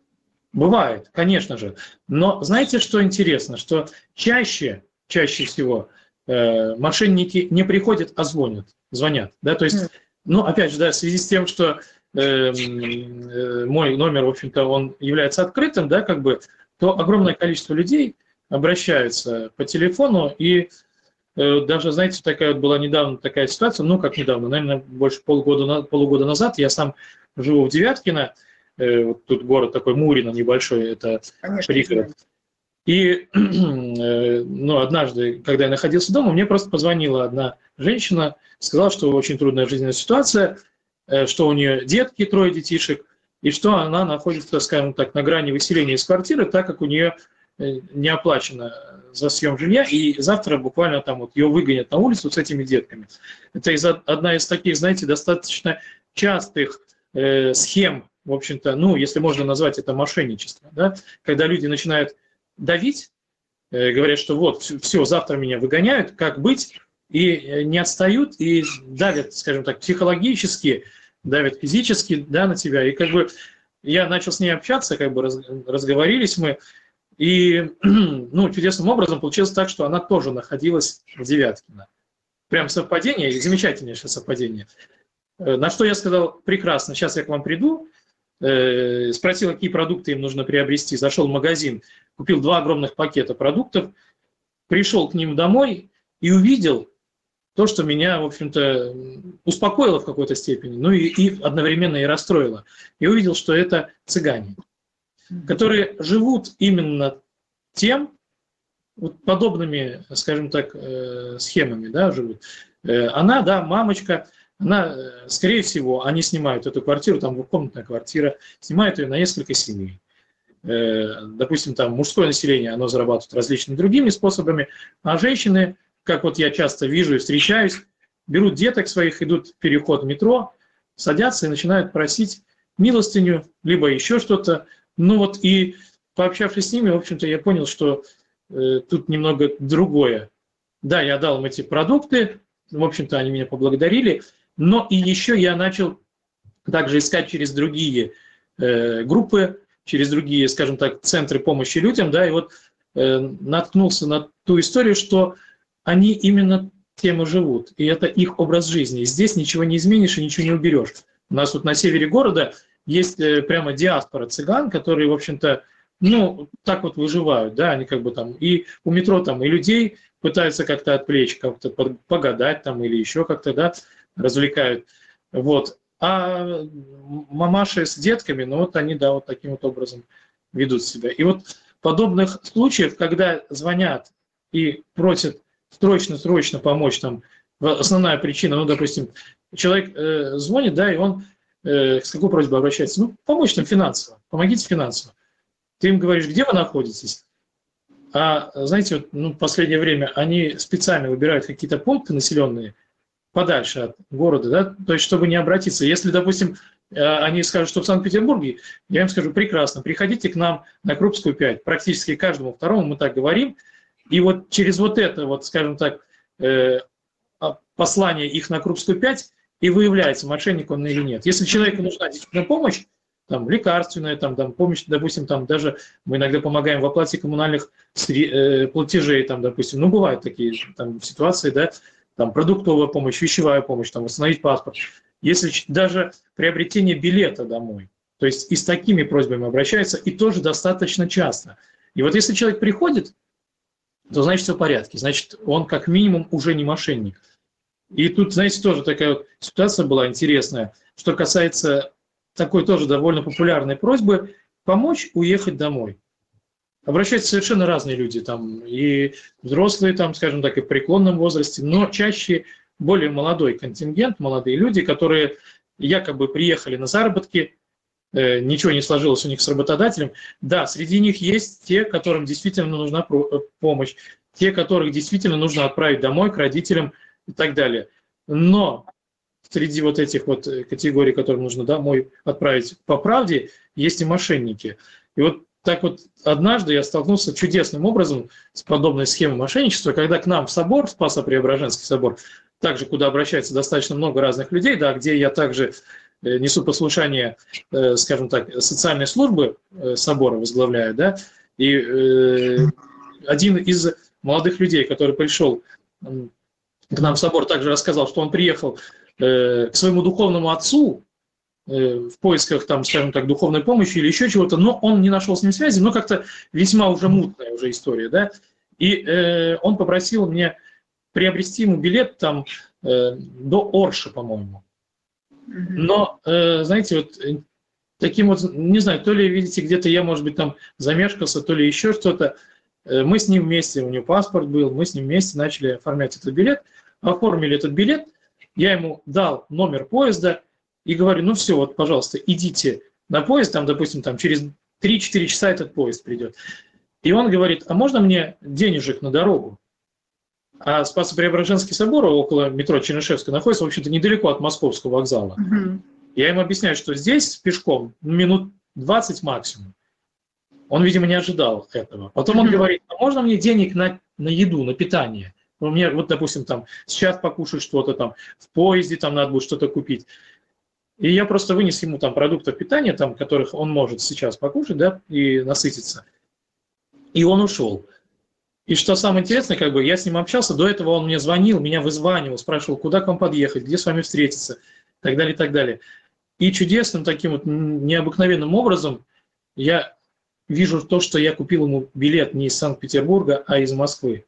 S3: Бывает, конечно же. Но знаете, что интересно? Что чаще, чаще всего э, мошенники не приходят, а звонят. Звонят. Да? То есть, mm. ну, опять же, да, в связи с тем, что э, э, мой номер, в общем-то, он является открытым, да, как бы, то огромное количество людей обращаются по телефону и даже, знаете, такая вот была недавно такая ситуация, ну, как недавно, наверное, больше полгода, полугода назад, я сам живу в Девяткино, э, вот тут город такой Мурино небольшой, это пригород. И ну, однажды, когда я находился дома, мне просто позвонила одна женщина, сказала, что очень трудная жизненная ситуация, что у нее детки, трое детишек, и что она находится, скажем так, на грани выселения из квартиры, так как у нее не оплачено за съем жилья, и завтра буквально там вот ее выгонят на улицу с этими детками. Это из, одна из таких, знаете, достаточно частых э, схем, в общем-то, ну, если можно назвать это мошенничество, да, когда люди начинают давить, э, говорят, что вот, все, завтра меня выгоняют, как быть, и не отстают, и давят, скажем так, психологически, давят физически, да, на тебя. И как бы я начал с ней общаться, как бы раз, разговорились мы, и ну, чудесным образом получилось так, что она тоже находилась в Девяткино. Прям совпадение, замечательнейшее совпадение. На что я сказал: прекрасно, сейчас я к вам приду. Спросил, какие продукты им нужно приобрести. Зашел в магазин, купил два огромных пакета продуктов, пришел к ним домой и увидел то, что меня, в общем-то, успокоило в какой-то степени, ну и, и одновременно и расстроило. Я увидел, что это цыгане, которые живут именно тем, вот подобными, скажем так, схемами, да, живут. Она, да, мамочка, она, скорее всего, они снимают эту квартиру, там двухкомнатная квартира, снимают ее на несколько семей. Допустим, там мужское население, оно зарабатывает различными другими способами, а женщины, как вот я часто вижу и встречаюсь, берут деток своих, идут в переход в метро, садятся и начинают просить милостыню, либо еще что-то. Ну вот и пообщавшись с ними, в общем-то, я понял, что э, тут немного другое. Да, я дал им эти продукты, в общем-то, они меня поблагодарили, но и еще я начал также искать через другие э, группы, через другие, скажем так, центры помощи людям, да, и вот э, наткнулся на ту историю, что они именно тем и живут, и это их образ жизни. И здесь ничего не изменишь и ничего не уберешь. У нас тут на севере города есть прямо диаспора цыган, которые, в общем-то, ну, так вот выживают, да, они как бы там и у метро там и людей пытаются как-то отвлечь, как-то погадать там или еще как-то, да, развлекают, вот. А мамаши с детками, ну, вот они, да, вот таким вот образом ведут себя. И вот подобных случаев, когда звонят и просят срочно-срочно помочь, там, основная причина, ну, допустим, человек э, звонит, да, и он э, с какой просьбой обращается? Ну, помочь нам финансово, помогите финансово. Ты им говоришь, где вы находитесь? А, знаете, вот, ну, в последнее время они специально выбирают какие-то пункты населенные подальше от города, да, то есть, чтобы не обратиться. Если, допустим, они скажут, что в Санкт-Петербурге, я им скажу, прекрасно, приходите к нам на Крупскую пять, практически каждому второму мы так говорим, и вот через вот это, вот, скажем так, э, послание их на Крупскую пять и выявляется, мошенник он или нет. Если человеку нужна действительно помощь, там, лекарственная, там, там, помощь, допустим, там, даже мы иногда помогаем в оплате коммунальных э, платежей, там, допустим, ну, бывают такие там, ситуации, да, там, продуктовая помощь, вещевая помощь, там, восстановить паспорт. Если даже приобретение билета домой, то есть и с такими просьбами обращаются, и тоже достаточно часто. И вот если человек приходит, то значит все в порядке, значит он как минимум уже не мошенник. И тут, знаете, тоже такая вот ситуация была интересная, что касается такой тоже довольно популярной просьбы помочь уехать домой. Обращаются совершенно разные люди, там и взрослые, там, скажем так, и в преклонном возрасте, но чаще более молодой контингент, молодые люди, которые якобы приехали на заработки, э, ничего не сложилось у них с работодателем. Да, среди них есть те, которым действительно нужна помощь, те, которых действительно нужно отправить домой к родителям и так далее. Но среди вот этих вот категорий, которым нужно домой отправить по правде, есть и мошенники. И вот так вот однажды я столкнулся чудесным образом с подобной схемой мошенничества, когда к нам в собор, в Спасо-Преображенский собор, также куда обращается достаточно много разных людей, да, где я также несу послушание, скажем так, социальной службы собора возглавляю, да, и э, один из молодых людей, который пришел к нам в собор, также рассказал, что он приехал э, к своему духовному отцу э, в поисках, там, скажем так, духовной помощи или еще чего-то, но он не нашел с ним связи, но как-то весьма уже мутная уже история, да, и э, он попросил мне приобрести ему билет там э, до Орши, по-моему. Но, э, знаете, вот таким вот, не знаю, то ли, видите, где-то я, может быть, там замешкался, то ли еще что-то. Мы с ним вместе, у него паспорт был, мы с ним вместе начали оформлять этот билет, оформили этот билет, я ему дал номер поезда и говорю, ну все, вот, пожалуйста, идите на поезд, там, допустим, там, через три-четыре часа этот поезд придет. И он говорит, а можно мне денежек на дорогу? А Спасо-Преображенский собор около метро Чернышевская находится, в общем-то, недалеко от Московского вокзала. Угу. Я ему объясняю, что здесь пешком минут двадцать максимум. Он, видимо, не ожидал этого. Потом он говорит, а можно мне денег на, на еду, на питание? У меня, вот, допустим, там, сейчас покушать что-то, там, в поезде там надо будет что-то купить. И я просто вынес ему там продуктов питания, там, которых он может сейчас покушать, да, и насытиться. И он ушел. И что самое интересное, как бы, я с ним общался, до этого он мне звонил, меня вызванивал, спрашивал, куда к вам подъехать, где с вами встретиться, и так далее, и так далее. И чудесным таким вот необыкновенным образом я вижу то, что я купил ему билет не из Санкт-Петербурга, а из Москвы.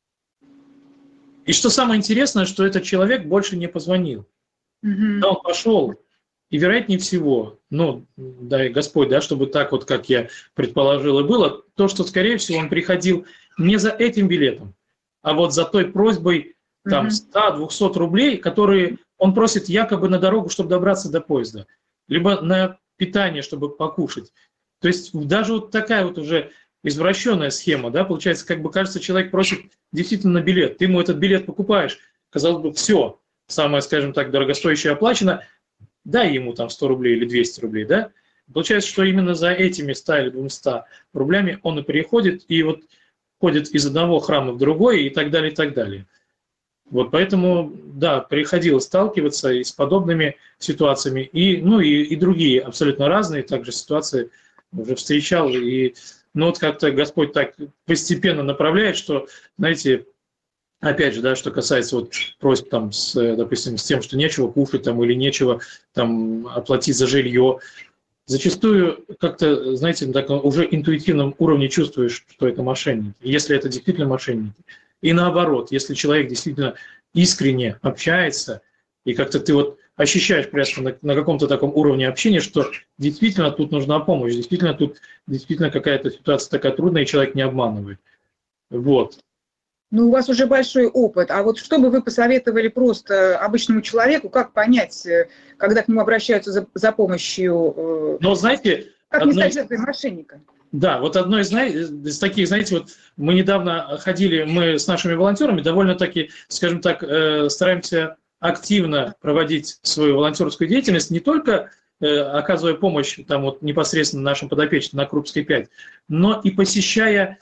S3: И что самое интересное, что этот человек больше не позвонил. Mm-hmm. Да, он пошел, и вероятнее всего, ну, дай Господь, да, чтобы так вот, как я предположил и было, то, что, скорее всего, он приходил не за этим билетом, а вот за той просьбой, там, сто-двести рублей, которые он просит якобы на дорогу, чтобы добраться до поезда, либо на питание, чтобы покушать. То есть даже вот такая вот уже извращенная схема, да, получается, как бы кажется, человек просит действительно билет, ты ему этот билет покупаешь, казалось бы, все, самое, скажем так, дорогостоящее оплачено, дай ему там сто рублей или двести рублей, да, получается, что именно за этими ста или двумястами рублями он и приходит, и вот ходит из одного храма в другой, и так далее, и так далее. Вот поэтому, да, приходилось сталкиваться и с подобными ситуациями, и, ну, и, и другие абсолютно разные также ситуации уже встречал, и ну вот как-то Господь так постепенно направляет, что, знаете, опять же, да, что касается вот просьб там, с, допустим, с тем, что нечего кушать там или нечего там оплатить за жилье, зачастую как-то, знаете, так уже интуитивном уровне чувствуешь, что это мошенники, если это действительно мошенники. И наоборот, если человек действительно искренне общается, и как-то ты вот ощущаешь просто на, на каком-то таком уровне общения, что действительно тут нужна помощь, действительно тут действительно какая-то ситуация такая трудная, и человек не обманывает. Вот.
S2: Ну, у вас уже большой опыт. А вот что бы вы посоветовали просто обычному человеку, как понять, когда к нему обращаются за, за помощью?
S3: Ну, знаете...
S2: Как не стать жертвой мошенника?
S3: Да, вот одно из, из таких, знаете, вот мы недавно ходили, мы с нашими волонтерами довольно-таки, скажем так, стараемся активно проводить свою волонтерскую деятельность, не только оказывая помощь там вот непосредственно нашим подопечным на Крупской пять, но и посещая,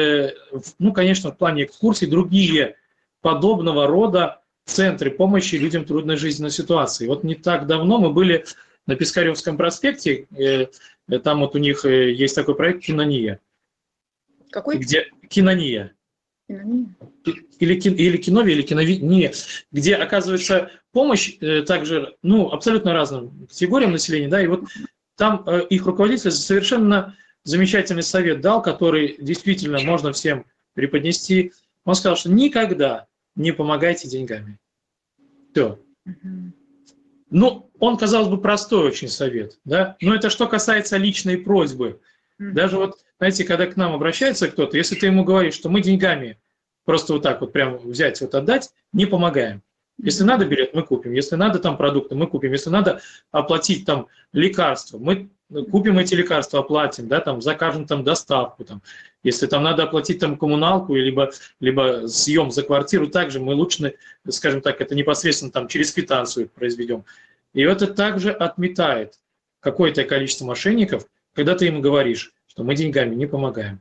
S3: ну, конечно, в плане экскурсий другие подобного рода центры помощи людям в трудной жизненной ситуации. Вот не так давно мы были на Пискаревском проспекте, там вот у них есть такой проект «Кинония».
S2: Какой?
S3: Где «Кинония».
S2: Кинония?
S3: Или, или «Киновия», или «Киновия», где оказывается помощь также, ну, абсолютно разным категориям населения, да, и вот там их руководитель совершенно замечательный совет дал, который действительно можно всем преподнести. Он сказал, что никогда не помогайте деньгами. Все. Угу. Ну, он, казалось бы, простой очень совет, да, но это что касается личной просьбы. Mm-hmm. Даже вот, знаете, когда к нам обращается кто-то, если ты ему говоришь, что мы деньгами просто вот так вот прям взять, вот отдать, не помогаем. Mm-hmm. Если надо билет, мы купим, если надо там продукты, мы купим, если надо оплатить там лекарства, мы купим эти лекарства, оплатим, да, там, закажем там доставку, там, если там надо оплатить там коммуналку, либо, либо съем за квартиру, также мы лучше, скажем так, это непосредственно там через квитанцию произведем. И это также отметает какое-то количество мошенников, когда ты им говоришь, что мы деньгами не помогаем.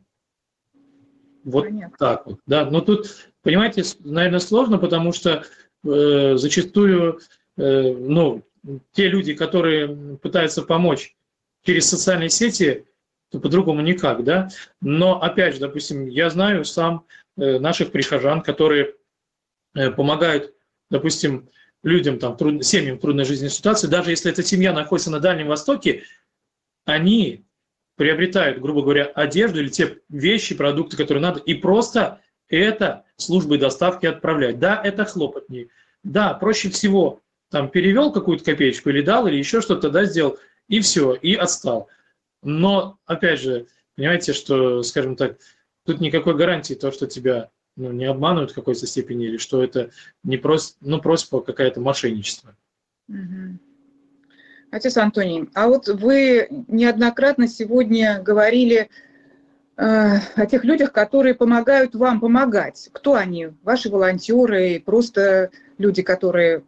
S3: Вот Понятно. Так вот. Да. Но тут, понимаете, наверное, сложно, потому что э, зачастую э, ну, те люди, которые пытаются помочь через социальные сети, то по-другому никак, да. Но, опять же, допустим, я знаю сам э, наших прихожан, которые э, помогают, допустим, людям, там, труд... семьям в трудной жизненной ситуации, даже если эта семья находится на Дальнем Востоке, они приобретают, грубо говоря, одежду или те вещи, продукты, которые надо, и просто это службой доставки отправлять. Да, это хлопотнее. Да, проще всего там перевел какую-то копеечку или дал, или еще что-то, да, сделал, и все, и отстал. Но, опять же, понимаете, что, скажем так, тут никакой гарантии то, что тебя ну, не обманывают в какой-то степени, или что это не просто, ну, просто какое-то мошенничество.
S2: Угу. Отец Антоний, а вот вы неоднократно сегодня говорили э, о тех людях, которые помогают вам помогать. Кто они? Ваши волонтеры, просто люди, которые...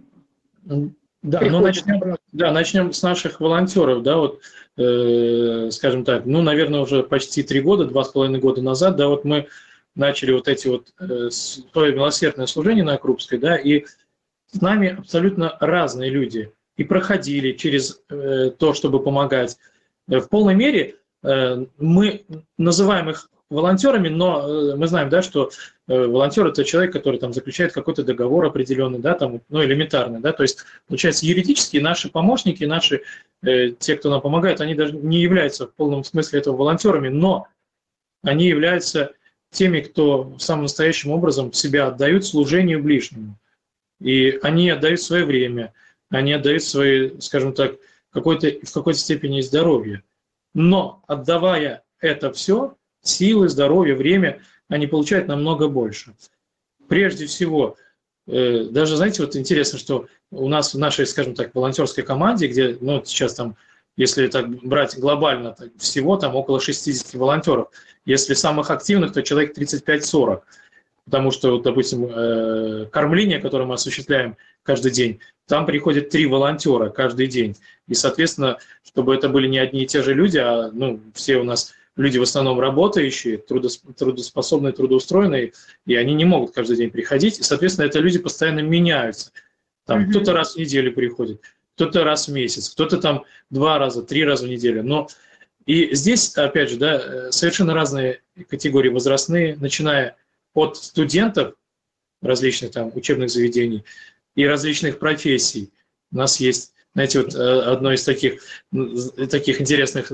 S3: Да, ну начнем, да, начнем с наших волонтеров, да, вот, э, скажем так, ну, наверное, уже почти три года, два с половиной года назад, да, вот мы начали вот эти вот э, свое милосердное служение на Крупской, да, и с нами абсолютно разные люди и проходили через э, то, чтобы помогать. В полной мере э, мы называем их волонтерами, но э, мы знаем, да, что э, волонтер – это человек, который там заключает какой-то договор определенный, да, там, ну, элементарный, да, то есть, получается, юридически наши помощники, наши, э, те, кто нам помогает, они даже не являются в полном смысле этого волонтерами, но они являются теми, кто самым настоящим образом себя отдают служению ближнему. И они отдают свое время, они отдают свои, скажем так, какой-то, в какой-то степени здоровье. Но отдавая это все, силы, здоровье, время, они получают намного больше. Прежде всего, э, даже, знаете, вот интересно, что у нас в нашей, скажем так, волонтерской команде, где, ну, сейчас там, если так брать глобально, так, всего там около шестьдесят волонтеров. Если самых активных, то человек тридцать пять сорок. Потому что, вот, допустим, э, кормление, которое мы осуществляем каждый день, там приходят три волонтера каждый день. И, соответственно, чтобы это были не одни и те же люди, а ну, все у нас люди в основном работающие, трудоспособные, трудоустроенные, и они не могут каждый день приходить. И, соответственно, это люди постоянно меняются. Там mm-hmm. кто-то раз в неделю приходит, кто-то раз в месяц, кто-то там два раза, три раза в неделю. Но и здесь, опять же, да, совершенно разные категории возрастные, начиная от студентов различных там учебных заведений и различных профессий. У нас есть, знаете, вот одно из таких, таких интересных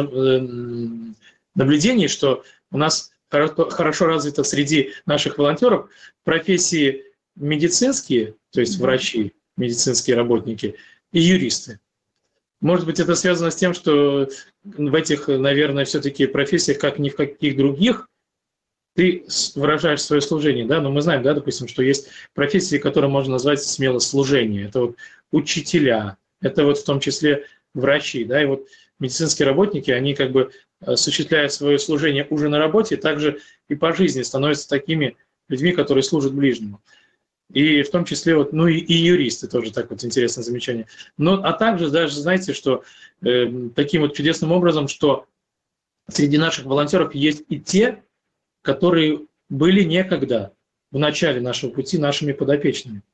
S3: наблюдений, что у нас хорошо развито среди наших волонтеров профессии медицинские, то есть врачи, медицинские работники и юристы. Может быть, это связано с тем, что в этих, наверное, все-таки профессиях, как ни в каких других, ты выражаешь свое служение, да, но мы знаем, да, допустим, что есть профессии, которые можно назвать смело служение. Это вот учителя, это вот в том числе врачи, да, и вот медицинские работники, они как бы осуществляют свое служение уже на работе, также и по жизни становятся такими людьми, которые служат ближнему. И в том числе, вот, ну и, и юристы тоже, так вот интересное замечание. Но, а также даже, знаете, что э, таким вот чудесным образом, что среди наших волонтеров есть и те, которые были некогда в начале нашего пути нашими подопечными.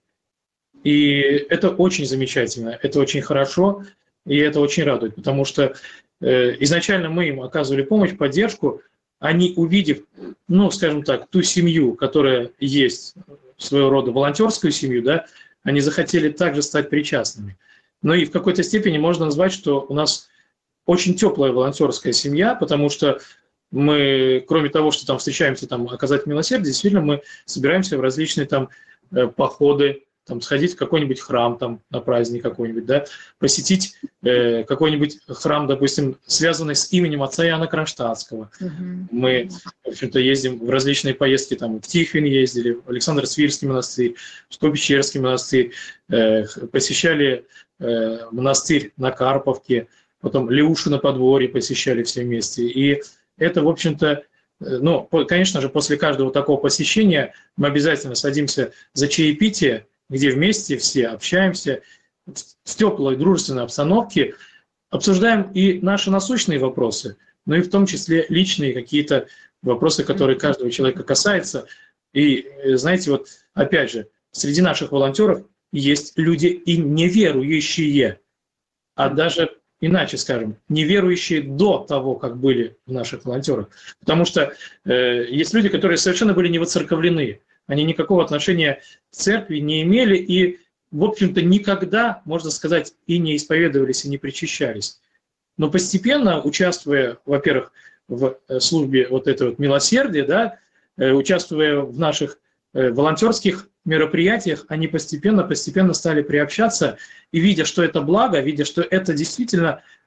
S3: И это очень замечательно, это очень хорошо, и это очень радует, потому что э, изначально мы им оказывали помощь, поддержку, они, увидев, ну, скажем так, ту семью, которая есть, своего рода волонтерскую семью, да, они захотели также стать причастными. Но и в какой-то степени можно назвать, что у нас очень теплая волонтерская семья, потому что мы, кроме того, что там встречаемся, там, оказать милосердие, действительно мы собираемся в различные там походы, там, сходить в какой-нибудь храм там, на праздник какой-нибудь, да, посетить э, какой-нибудь храм, допустим, связанный с именем отца Иоанна Кронштадтского. Uh-huh. Мы, в общем-то, ездим в различные поездки, там, в Тихвин ездили, в Александро-Свирский монастырь, в Псково-Печерский монастырь, э, посещали э, монастырь на Карповке, потом Леушино подворье посещали все вместе. И это, в общем-то, ну, конечно же, после каждого такого посещения мы обязательно садимся за чаепитие, где вместе все общаемся в теплой, дружественной обстановке, обсуждаем и наши насущные вопросы, но и в том числе личные какие-то вопросы, которые каждого человека касаются. И, знаете, вот опять же, среди наших волонтеров есть люди и неверующие, а даже, иначе скажем, неверующие до того, как были в наших волонтерах. Потому что э, есть люди, которые совершенно были не воцерковлены, они никакого отношения к церкви не имели и, в общем-то, никогда, можно сказать, и не исповедовались, и не причащались. Но постепенно, участвуя, во-первых, в службе вот этого вот милосердия, да, участвуя в наших волонтерских мероприятиях, они постепенно-постепенно стали приобщаться и, видя, что это благо, видя, что это действительно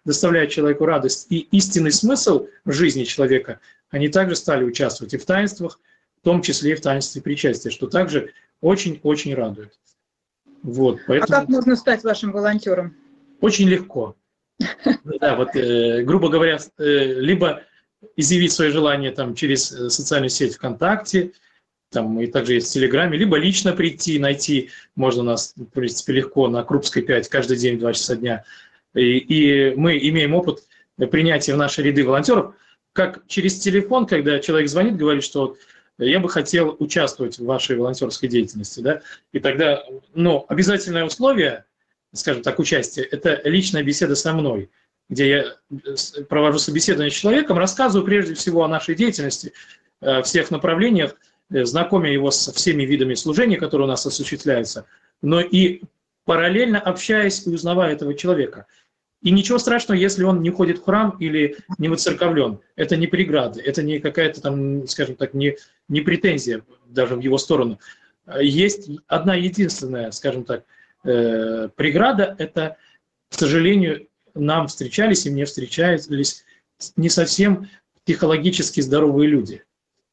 S3: доставляют человеку радость и истинный смысл в жизни человека, они также стали участвовать и в таинствах, в том числе и в таинстве причастия, что также очень-очень радует. Вот, поэтому...
S2: А как можно стать вашим волонтером?
S3: Очень легко. Да, вот, э, грубо говоря, э, либо изъявить свое желание там, через социальную сеть ВКонтакте, там, и также есть в Телеграме, либо лично прийти, найти, можно нас, в принципе, легко на Крупской пять каждый день в два часа дня. И, и мы имеем опыт принятия в наши ряды волонтеров, как через телефон, когда человек звонит, говорит, что я бы хотел участвовать в вашей волонтерской деятельности. Да? И тогда, ну, обязательное условие, скажем так, участия, это личная беседа со мной, где я провожу собеседование с человеком, рассказываю прежде всего о нашей деятельности, всех направлениях, знакомя его со всеми видами служения, которые у нас осуществляются, но и параллельно общаясь и узнавая этого человека. И ничего страшного, если он не ходит в храм или не воцерковлен. Это не преграда, это не какая-то там, скажем так, не, не претензия даже в его сторону. Есть одна единственная, скажем так, преграда, это, к сожалению, нам встречались и мне встречались не совсем психологически здоровые люди.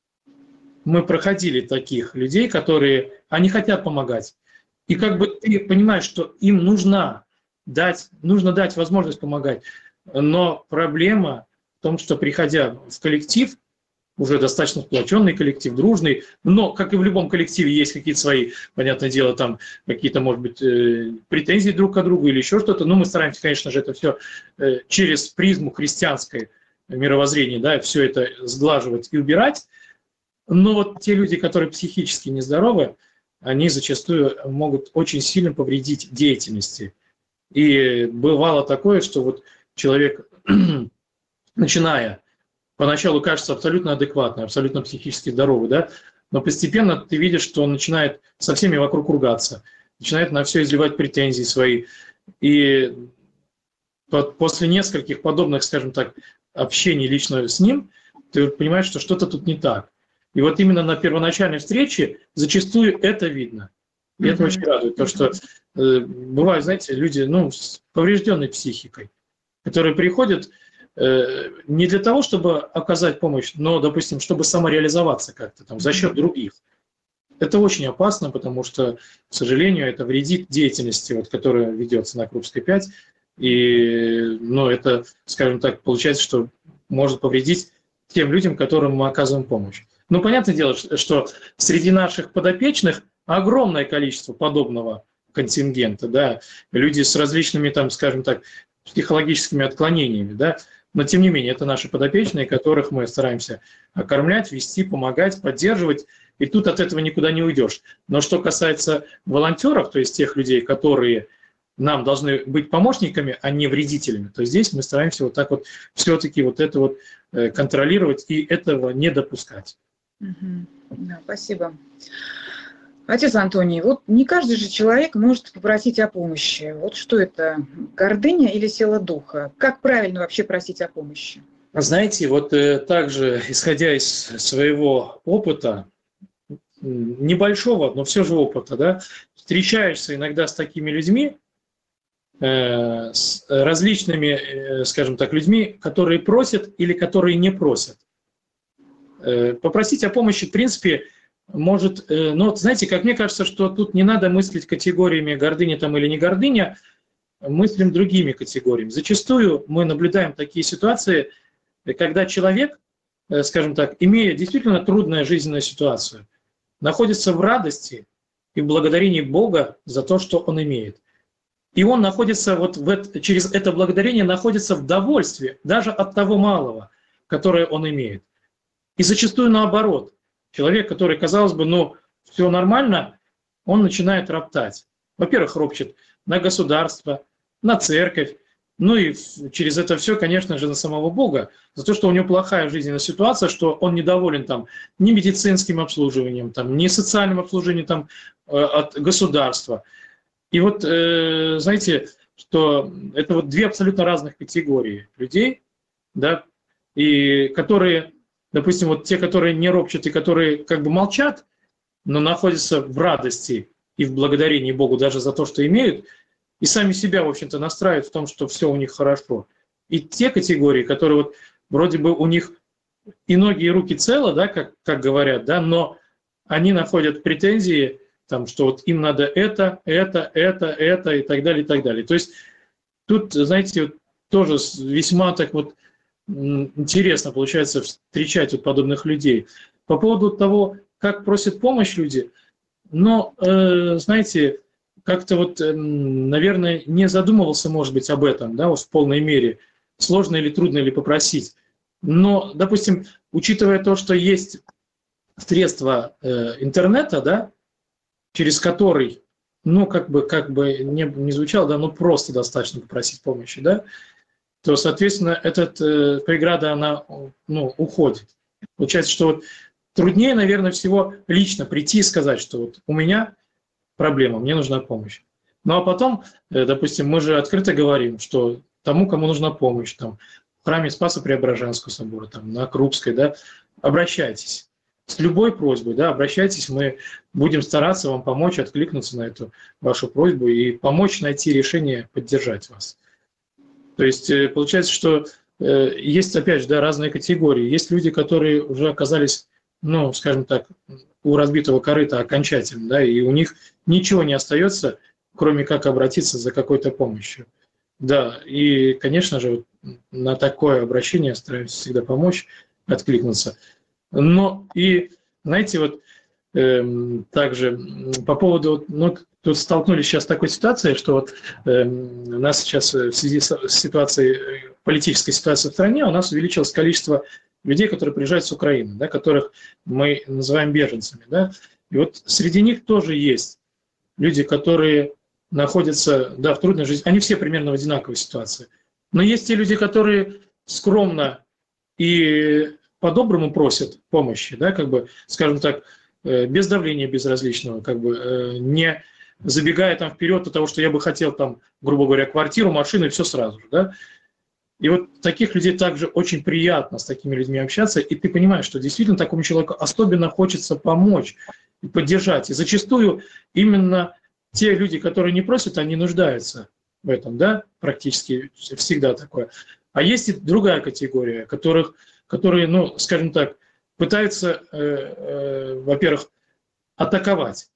S3: Мы проходили таких людей, которые, они хотят помогать. И как бы ты понимаешь, что им нужна дать, нужно дать возможность помогать. Но проблема в том, что приходя в коллектив, уже достаточно сплоченный коллектив, дружный, но, как и в любом коллективе, есть какие-то свои, понятное дело, там какие-то, может быть, претензии друг к другу или еще что-то. Но мы стараемся, конечно же, это все через призму христианской мировоззрения, да, все это сглаживать и убирать. Но вот те люди, которые психически нездоровы, они зачастую могут очень сильно повредить деятельности. И бывало такое, что вот человек, начиная, поначалу кажется абсолютно адекватный, абсолютно психически здоровый, да, но постепенно ты видишь, что он начинает со всеми вокруг ругаться, начинает на все изливать претензии свои. И после нескольких подобных, скажем так, общений лично с ним, ты понимаешь, что что-то тут не так. И вот именно на первоначальной встрече зачастую это видно. И mm-hmm. это очень радует, потому что э, бывают, знаете, люди, ну, с поврежденной психикой, которые приходят э, не для того, чтобы оказать помощь, но, допустим, чтобы самореализоваться как-то там за счет других. Это очень опасно, потому что, к сожалению, это вредит деятельности, вот, которая ведется на Крупской пять. И, ну, это, скажем так, получается, что может повредить тем людям, которым мы оказываем помощь. Ну, понятное дело, что среди наших подопечных огромное количество подобного контингента, да, люди с различными, там, скажем так, психологическими отклонениями, да, но тем не менее это наши подопечные, которых мы стараемся окормлять, вести, помогать, поддерживать, и тут от этого никуда не уйдешь. Но что касается волонтеров, то есть тех людей, которые нам должны быть помощниками, а не вредителями, то здесь мы стараемся вот так вот все-таки вот это вот контролировать и этого не допускать.
S2: Угу. Да, спасибо. Отец Антоний, вот не каждый же человек может попросить о помощи. Вот что это, гордыня или сила духа? Как правильно вообще просить о помощи?
S3: Знаете, вот э, также, исходя из своего опыта, небольшого, но все же опыта, да, встречаешься иногда с такими людьми, э, с различными, э, скажем так, людьми, которые просят или которые не просят. Э, попросить о помощи, в принципе, может, но знаете, как мне кажется, что тут не надо мыслить категориями гордыня там или не гордыня, мыслим другими категориями. Зачастую мы наблюдаем такие ситуации, когда человек, скажем так, имея действительно трудную жизненную ситуацию, находится в радости и в благодарении Бога за то, что он имеет. И он находится вот в это, через это благодарение находится в довольстве даже от того малого, которое он имеет. И зачастую наоборот. Человек, который, казалось бы, ну, все нормально, он начинает роптать. Во-первых, ропчет на государство, на церковь, ну и через это все, конечно же, на самого Бога, за то, что у него плохая жизненная ситуация, что он недоволен там ни медицинским обслуживанием, там, ни социальным обслуживанием там, от государства. И вот, э, знаете, что это вот две абсолютно разных категории людей, да, и которые... Допустим, вот те, которые не ропчут и которые как бы молчат, но находятся в радости и в благодарении Богу даже за то, что имеют, и сами себя, в общем-то, настраивают в том, что все у них хорошо. и те категории, которые вот вроде бы у них и ноги, и руки целы, да, как, как говорят, да, но они находят претензии, там, что вот им надо это, это, это, это и так далее, и так далее. То есть тут, знаете, вот тоже весьма так вот интересно получается встречать вот подобных людей. По поводу того, как просят помощь люди, но, э, знаете, как-то вот, э, наверное, не задумывался, может быть, об этом, да, вот в полной мере, сложно или трудно ли попросить. Но, допустим, учитывая то, что есть средства э, интернета, да, через который, ну, как бы, как бы не, не звучало, да, ну, просто достаточно попросить помощи, да, то, соответственно, эта э, преграда, она, ну, уходит. Получается, что вот труднее, наверное, всего лично прийти и сказать, что вот у меня проблема, мне нужна помощь. Ну, а потом, э, допустим, мы же открыто говорим, что тому, кому нужна помощь, там, в храме Спасо-Преображенского собора, там, на Крупской, да, обращайтесь. С любой просьбой, да, обращайтесь, мы будем стараться вам помочь, откликнуться на эту вашу просьбу и помочь найти решение, поддержать вас. То есть получается, что э, есть, опять же, да, разные категории. Есть люди, которые уже оказались, ну, скажем так, у разбитого корыта окончательно, да, и у них ничего не остается, кроме как обратиться за какой-то помощью. Да, и, конечно же, на такое обращение стараемся всегда помочь, откликнуться. Но и, знаете, вот э, также по поводу, ну, тут столкнулись сейчас с такой ситуацией, что вот э, у нас сейчас в связи с ситуацией, политической ситуацией в стране, у нас увеличилось количество людей, которые приезжают с Украины, да, которых мы называем беженцами, да, и вот среди них тоже есть люди, которые находятся, да, в трудной жизни, они все примерно в одинаковой ситуации, но есть те люди, которые скромно и по-доброму просят помощи, да, как бы, скажем так, без давления безразличного, как бы не забегая там вперед до того, что я бы хотел там, грубо говоря, квартиру, машину и все сразу же, да. И вот таких людей также очень приятно с такими людьми общаться, и ты понимаешь, что действительно такому человеку особенно хочется помочь и поддержать. И зачастую именно те люди, которые не просят, они нуждаются в этом, да, практически всегда такое. А есть и другая категория, которых которые, ну, скажем так, пытаются, э, э, во-первых, атаковать,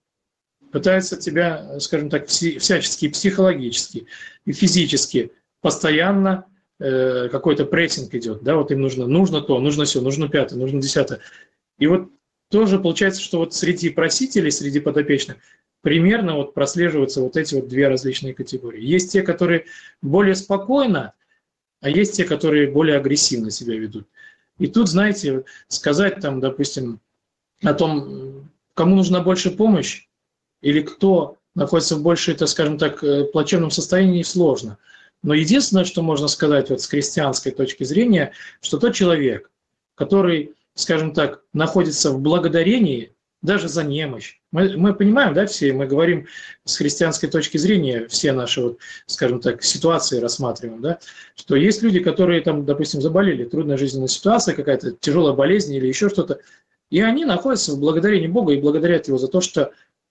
S3: пытаются тебя, скажем так, вся, всячески психологически и физически постоянно э, какой-то прессинг идет, да, вот им нужно, нужно то, нужно все, нужно пятое, нужно десятое. И вот тоже получается, что вот среди просителей, среди подопечных примерно вот прослеживаются вот эти вот две различные категории. Есть те, которые более спокойно, а есть те, которые более агрессивно себя ведут. И тут, знаете, сказать там, допустим, о том, кому нужна больше помощь, или кто находится в больше, это, скажем так, плачевном состоянии, сложно. Но единственное, что можно сказать вот с христианской точки зрения, что тот человек, который, скажем так, находится в благодарении, даже за немощь. Мы, мы понимаем, да, все, мы говорим с христианской точки зрения, все наши, вот, скажем так, ситуации рассматриваем, да, что есть люди, которые, там, допустим, заболели, трудная жизненная ситуация, какая-то тяжелая болезнь или еще что-то, и они находятся в благодарении Бога и благодарят Его за то, что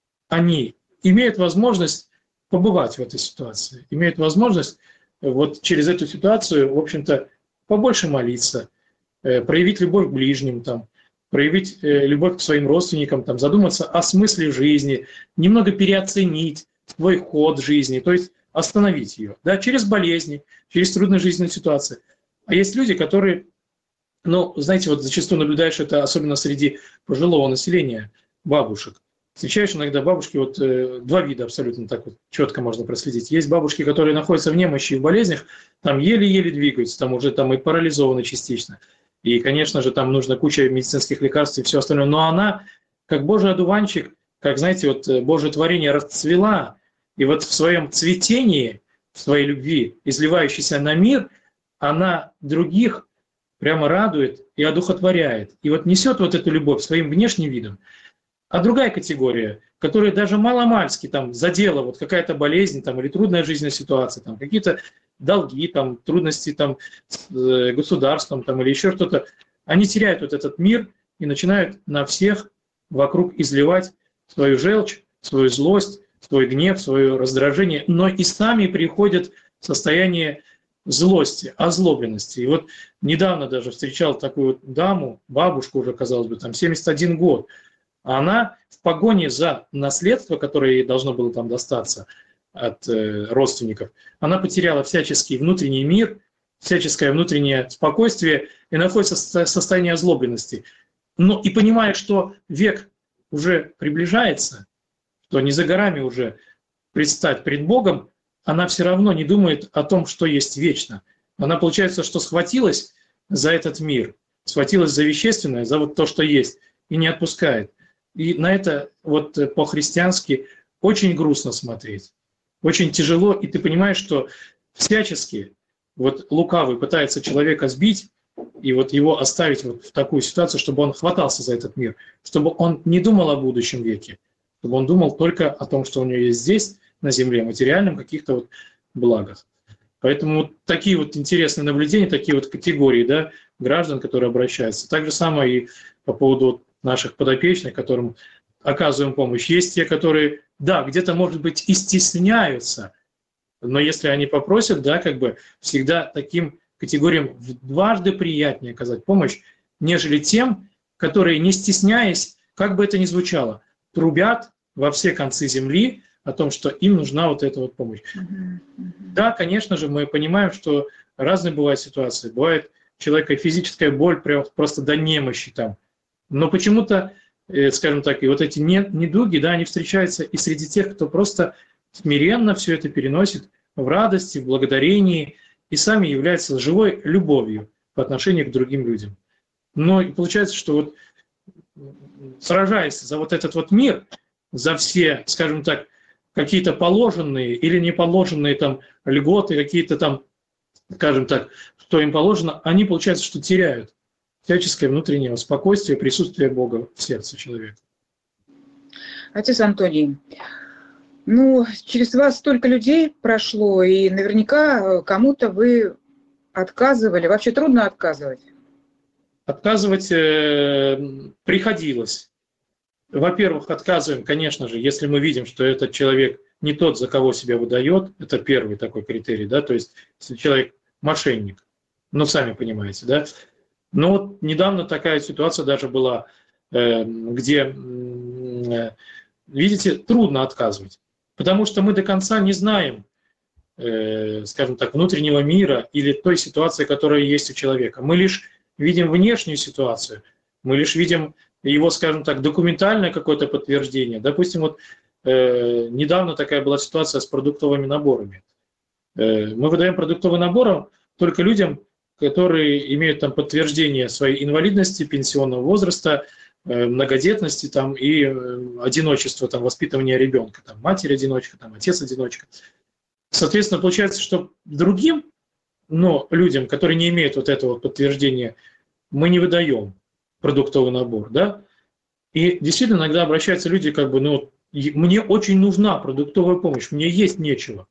S3: они имеют возможность побывать в этой ситуации, имеют возможность вот через эту ситуацию, в общем-то, побольше молиться, проявить любовь к ближним, там, проявить любовь к своим родственникам, там, задуматься о смысле жизни, немного переоценить свой ход жизни, то есть остановить ее, да, через болезни, через трудные жизненные ситуации. А есть люди, которые, ну, знаете, вот зачастую наблюдаешь это, особенно среди пожилого населения, бабушек. Встречаешь иногда бабушки, вот э, два вида абсолютно так вот четко можно проследить. Есть бабушки, которые находятся в немощи и в болезнях, там еле-еле двигаются, там уже там и парализованы частично. И, конечно же, там нужно куча медицинских лекарств и все остальное. Но она, как Божий одуванчик, как, знаете, вот Божье творение расцвела, и вот в своем цветении, в своей любви, изливающейся на мир, она других прямо радует и одухотворяет. И вот несет вот эту любовь своим внешним видом. А другая категория, которая даже маломальски там задела вот какая-то болезнь там, или трудная жизненная ситуация, там, какие-то долги, там, трудности там, с государством там, или еще что-то, они теряют вот этот мир и начинают на всех вокруг изливать свою желчь, свою злость, свой гнев, свое раздражение, но и сами приходят в состояние злости, озлобленности. И вот недавно даже встречал такую вот даму, бабушку уже, казалось бы, там семьдесят один год. А она в погоне за наследство, которое ей должно было там достаться от э, родственников, она потеряла всяческий внутренний мир, всяческое внутреннее спокойствие и находится в состоянии озлобленности. Но и понимая, что век уже приближается, что не за горами уже предстать пред Богом, она все равно не думает о том, что есть вечно. Она, получается, что схватилась за этот мир, схватилась за вещественное, за вот то, что есть, и не отпускает. И на это вот по-христиански очень грустно смотреть, очень тяжело, и ты понимаешь, что всячески вот лукавый пытается человека сбить, и вот его оставить вот в такую ситуацию, чтобы он хватался за этот мир, чтобы он не думал о будущем веке, чтобы он думал только о том, что у него есть здесь, на земле, материальном каких-то вот благах. Поэтому вот такие вот интересные наблюдения, такие вот категории, да, граждан, которые обращаются. Так же самое и по поводу наших подопечных, которым оказываем помощь. Есть те, которые, да, где-то, может быть, и стесняются, но если они попросят, да, как бы всегда таким категориям дважды приятнее оказать помощь, нежели тем, которые, не стесняясь, как бы это ни звучало, трубят во все концы земли о том, что им нужна вот эта вот помощь. Uh-huh, uh-huh. Да, конечно же, мы понимаем, что разные бывают ситуации. Бывает у человека физическая боль прям просто до немощи там. Но почему-то, э, скажем так, и вот эти недуги, да, они встречаются и среди тех, кто просто смиренно все это переносит в радости, в благодарении и сами являются живой любовью по отношению к другим людям. Но и получается, что вот сражаясь за вот этот вот мир, за все, скажем так, какие-то положенные или не положенные там льготы, какие-то там, скажем так, что им положено, они, получается, что теряют всяческое внутреннее спокойствие, присутствие Бога в сердце человека.
S2: Отец Антоний, ну, через вас столько людей прошло, и наверняка кому-то вы отказывали. Вообще трудно отказывать?
S3: Отказывать э, приходилось. Во-первых, отказываем, конечно же, если мы видим, что этот человек не тот, за кого себя выдает, это первый такой критерий, да, то есть если человек мошенник, ну, сами понимаете, да. Но вот недавно такая ситуация даже была, э, где, э, видите, трудно отказывать, потому что мы до конца не знаем, э, скажем так, внутреннего мира или той ситуации, которая есть у человека. Мы лишь видим внешнюю ситуацию, мы лишь видим его, скажем так, документальное какое-то подтверждение. Допустим, вот э, недавно такая была ситуация с продуктовыми наборами. Э, мы выдаем продуктовые наборы только людям, которые имеют там подтверждение своей инвалидности, пенсионного возраста, э, многодетности там, и э, одиночества, там, воспитывания ребенка, там, матерь-одиночка, там, отец-одиночка. Соответственно, получается, что другим, но людям, которые не имеют вот этого подтверждения, мы не выдаем продуктовый набор, да, и действительно иногда обращаются люди, как бы, ну, мне очень нужна продуктовая помощь, мне есть нечего.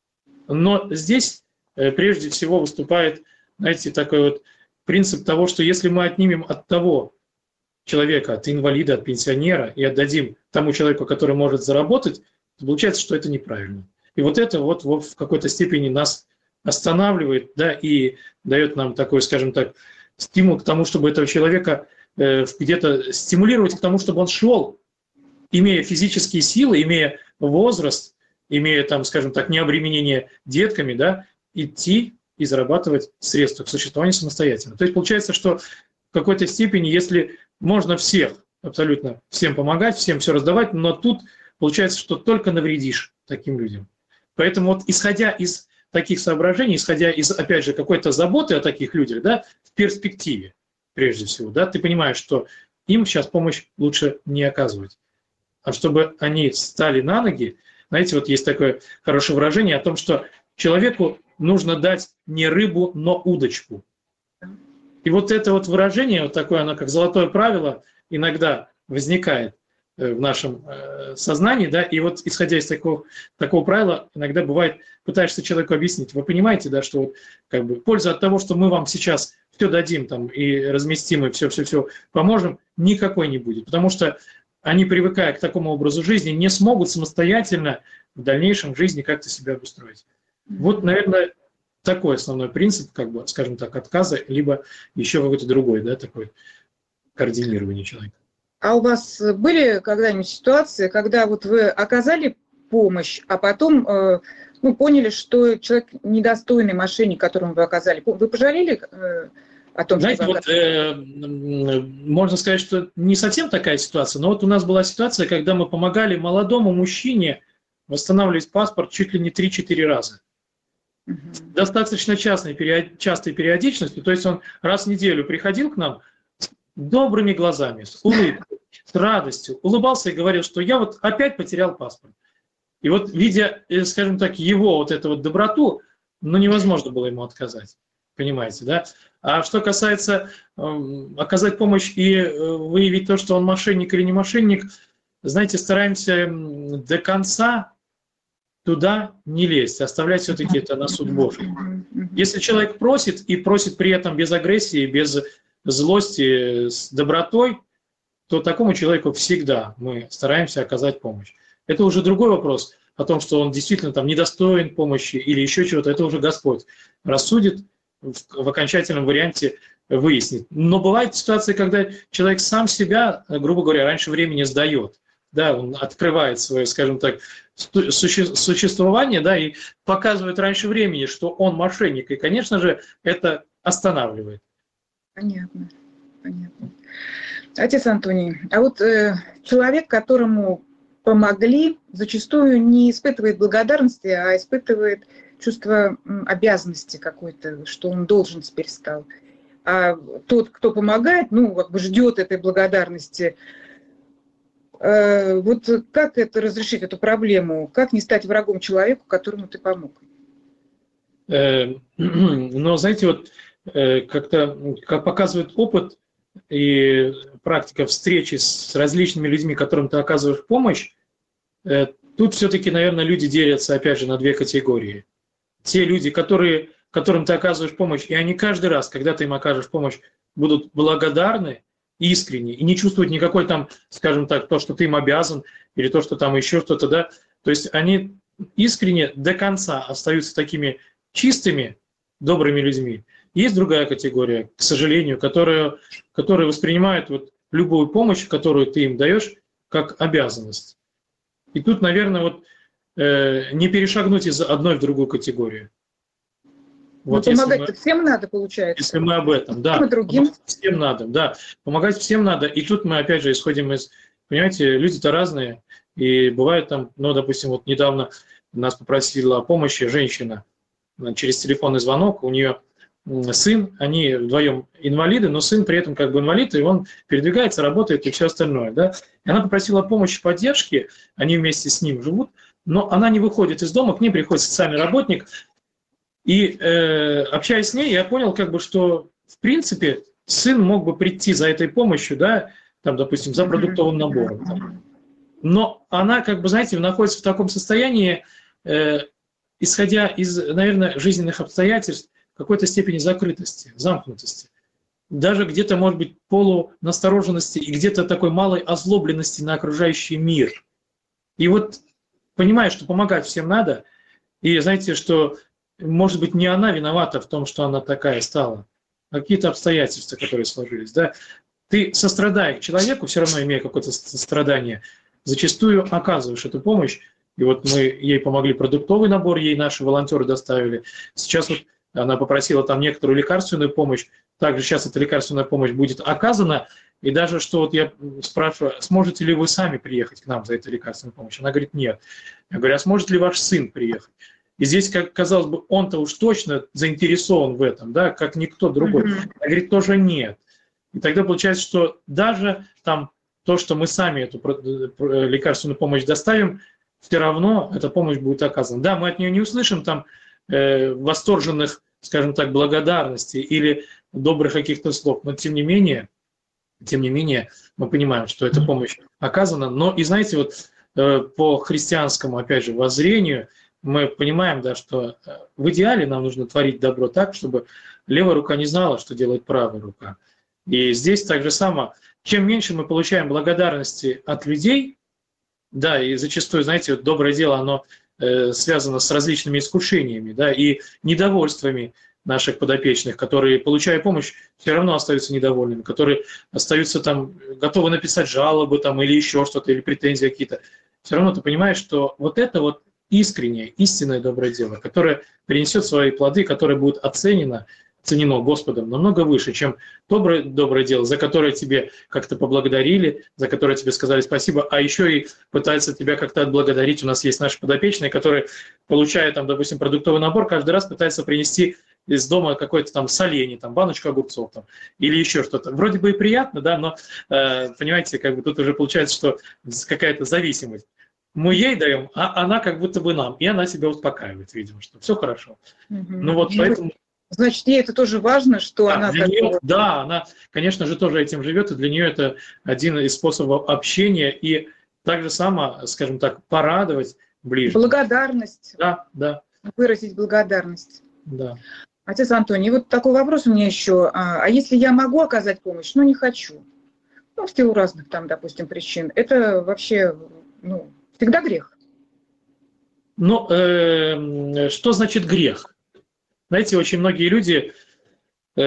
S3: Но здесь э, прежде всего выступает, знаете, такой вот принцип того, что если мы отнимем от того человека, от инвалида, от пенсионера и отдадим тому человеку, который может заработать, то получается, что это неправильно. И вот это вот, вот в какой-то степени нас останавливает, да, и дает нам такой, скажем так, стимул к тому, чтобы этого человека где-то стимулировать к тому, чтобы он шел, имея физические силы, имея возраст, имея там, скажем так, необременение детками, да, идти и зарабатывать средства к существованию самостоятельно. То есть получается, что в какой-то степени, если можно всех, абсолютно всем помогать, всем все раздавать, но тут получается, что только навредишь таким людям. Поэтому вот исходя из таких соображений, исходя из, опять же, какой-то заботы о таких людях, да, в перспективе, прежде всего, да, ты понимаешь, что им сейчас помощь лучше не оказывать. А чтобы они стали на ноги, знаете, вот есть такое хорошее выражение о том, что человеку нужно дать не рыбу, но удочку. И вот это вот выражение, вот такое, оно как золотое правило, иногда возникает в нашем сознании, да, и вот исходя из такого, такого правила, иногда бывает, пытаешься человеку объяснить, вы понимаете, да, что вот, как бы, польза от того, что мы вам сейчас все дадим там и разместим, и все-все-все поможем, никакой не будет, потому что они, привыкая к такому образу жизни, не смогут самостоятельно в дальнейшем жизни как-то себя обустроить. Вот, наверное, такой основной принцип, как бы, скажем так, отказа, либо еще какой-то другой, да, такой координирование человека.
S2: А у вас были когда-нибудь ситуации, когда вот вы оказали помощь, а потом э, ну, поняли, что человек недостойный мошенник, которому вы оказали? Вы пожалели э, о том,
S3: Знаете,
S2: что вы
S3: вот, э, можно сказать, что не совсем такая ситуация, но вот у нас была ситуация, когда мы помогали молодому мужчине восстанавливать паспорт чуть ли не три-четыре раза. Угу. Достаточно частной, период, частой периодичностью, то есть он раз в неделю приходил к нам с добрыми глазами, с улыбкой, с радостью, улыбался и говорил, что я вот опять потерял паспорт. И вот, видя, скажем так, его вот эту вот доброту, ну, невозможно было ему отказать. Понимаете, да? А что касается э, оказать помощь и э, выявить то, что он мошенник или не мошенник, знаете, стараемся до конца туда не лезть, оставлять все-таки это на суд Божий. Если человек просит, и просит при этом без агрессии, без злости, с добротой, то такому человеку всегда мы стараемся оказать помощь. Это уже другой вопрос о том, что он действительно там недостоин помощи или еще чего-то. Это уже Господь рассудит, в, в окончательном варианте выяснит. Но бывают ситуации, когда человек сам себя, грубо говоря, раньше времени сдает. Да, он открывает свое, скажем так, суще, существование, да, и показывает раньше времени, что он мошенник. И, конечно же, это останавливает.
S2: Понятно, понятно. Отец Антоний, а вот э, человек, которому помогли, зачастую не испытывает благодарности, а испытывает чувство обязанности какой-то, что он должен теперь стал. А тот, кто помогает, ну, как бы ждет этой благодарности. Вот как это разрешить, эту проблему? Как не стать врагом человеку, которому ты помог?
S3: Ну, знаете, вот как-то, как показывает опыт и практика встречи с различными людьми, которым ты оказываешь помощь, тут все-таки, наверное, люди делятся, опять же, на две категории. Те люди, которые, которым ты оказываешь помощь, и они каждый раз, когда ты им окажешь помощь, будут благодарны, искренне, и не чувствуют никакой там, скажем так, то, что ты им обязан, или то, что там еще что-то, да. То есть они искренне до конца остаются такими чистыми, добрыми людьми. Есть другая категория, к сожалению, которая, которая воспринимает вот любую помощь, которую ты им даешь, как обязанность. И тут, наверное, вот э, не перешагнуть из одной в другую категорию.
S2: Вот помогать-то всем надо, получается.
S3: Если мы об этом, да.
S2: И другим.
S3: Всем надо, да. Помогать всем надо. И тут мы, опять же, исходим из... Понимаете, люди-то разные. И бывает там, ну, допустим, вот недавно нас попросила о помощи женщина через телефонный звонок. У нее сын, они вдвоем инвалиды, но сын при этом как бы инвалид, и он передвигается, работает и все остальное. Да? И она попросила помощи, поддержки, они вместе с ним живут, но она не выходит из дома, к ней приходит социальный работник. И э, общаясь с ней, я понял, как бы, что в принципе сын мог бы прийти за этой помощью, да, там, допустим, за продуктовым набором. Там. Но она, как бы, знаете, находится в таком состоянии, э, исходя из, наверное, жизненных обстоятельств, какой-то степени закрытости, замкнутости. Даже где-то, может быть, полунастороженности и где-то такой малой озлобленности на окружающий мир. И вот, понимая, что помогать всем надо, и знаете, что, может быть, не она виновата в том, что она такая стала, а какие-то обстоятельства, которые сложились. Да? Ты, сострадая человеку, все равно имея какое-то сострадание, зачастую оказываешь эту помощь. И вот мы ей помогли, продуктовый набор ей наши волонтеры доставили. Сейчас вот она попросила там некоторую лекарственную помощь. Также сейчас эта лекарственная помощь будет оказана. И даже что вот я спрашиваю, сможете ли вы сами приехать к нам за этой лекарственной помощью? Она говорит, нет. Я говорю, а сможет ли ваш сын приехать? И здесь, как казалось бы, он-то уж точно заинтересован в этом, да, как никто другой. Mm-hmm. Она говорит, тоже нет. И тогда получается, что даже там то, что мы сами эту лекарственную помощь доставим, все равно эта помощь будет оказана. Да, мы от нее не услышим там э, восторженных, скажем так, благодарностей или добрых каких-то слов, но тем не менее, тем не менее, мы понимаем, что эта помощь оказана. Но и знаете, вот э, по христианскому, опять же, воззрению, мы понимаем, да, что в идеале нам нужно творить добро так, чтобы левая рука не знала, что делает правая рука. И здесь так же само, чем меньше мы получаем благодарности от людей, да, и зачастую, знаете, вот доброе дело, оно э, связано с различными искушениями, да, и недовольствами наших подопечных, которые, получая помощь, все равно остаются недовольными, которые остаются там, готовы написать жалобы там, или еще что-то, или претензии какие-то. Все равно ты понимаешь, что вот это вот искреннее, истинное доброе дело, которое принесет свои плоды, которое будет оценено, оценено Господом намного выше, чем доброе, доброе дело, за которое тебе как-то поблагодарили, за которое тебе сказали спасибо, а еще и пытаются тебя как-то отблагодарить. У нас есть наши подопечные, которые, получая, там, допустим, продуктовый набор, каждый раз пытаются принести из дома какое-то там соленье, там, баночку огурцов там, или еще что-то. Вроде бы и приятно, да, но, э, понимаете, как бы тут уже получается, что какая-то зависимость. Мы ей даем, а она как будто бы нам, и она себя успокаивает, видимо, что все хорошо.
S2: Угу.
S3: Ну вот поэтому...
S2: Значит, ей это тоже важно, что
S3: да,
S2: она...
S3: Для
S2: как
S3: нее,
S2: бы...
S3: Да, она, конечно же, тоже этим живет, и для нее это один из способов общения, и так же само, скажем так, порадовать ближнего.
S2: Благодарность.
S3: Да, да.
S2: Выразить благодарность.
S3: Да.
S2: Отец Антоний, вот такой вопрос у меня еще. А, а если я могу оказать помощь, но не хочу? Ну, в силу разных там, допустим, причин. Это вообще, ну, всегда грех?
S3: Ну, э, что значит грех? Знаете, очень многие люди э,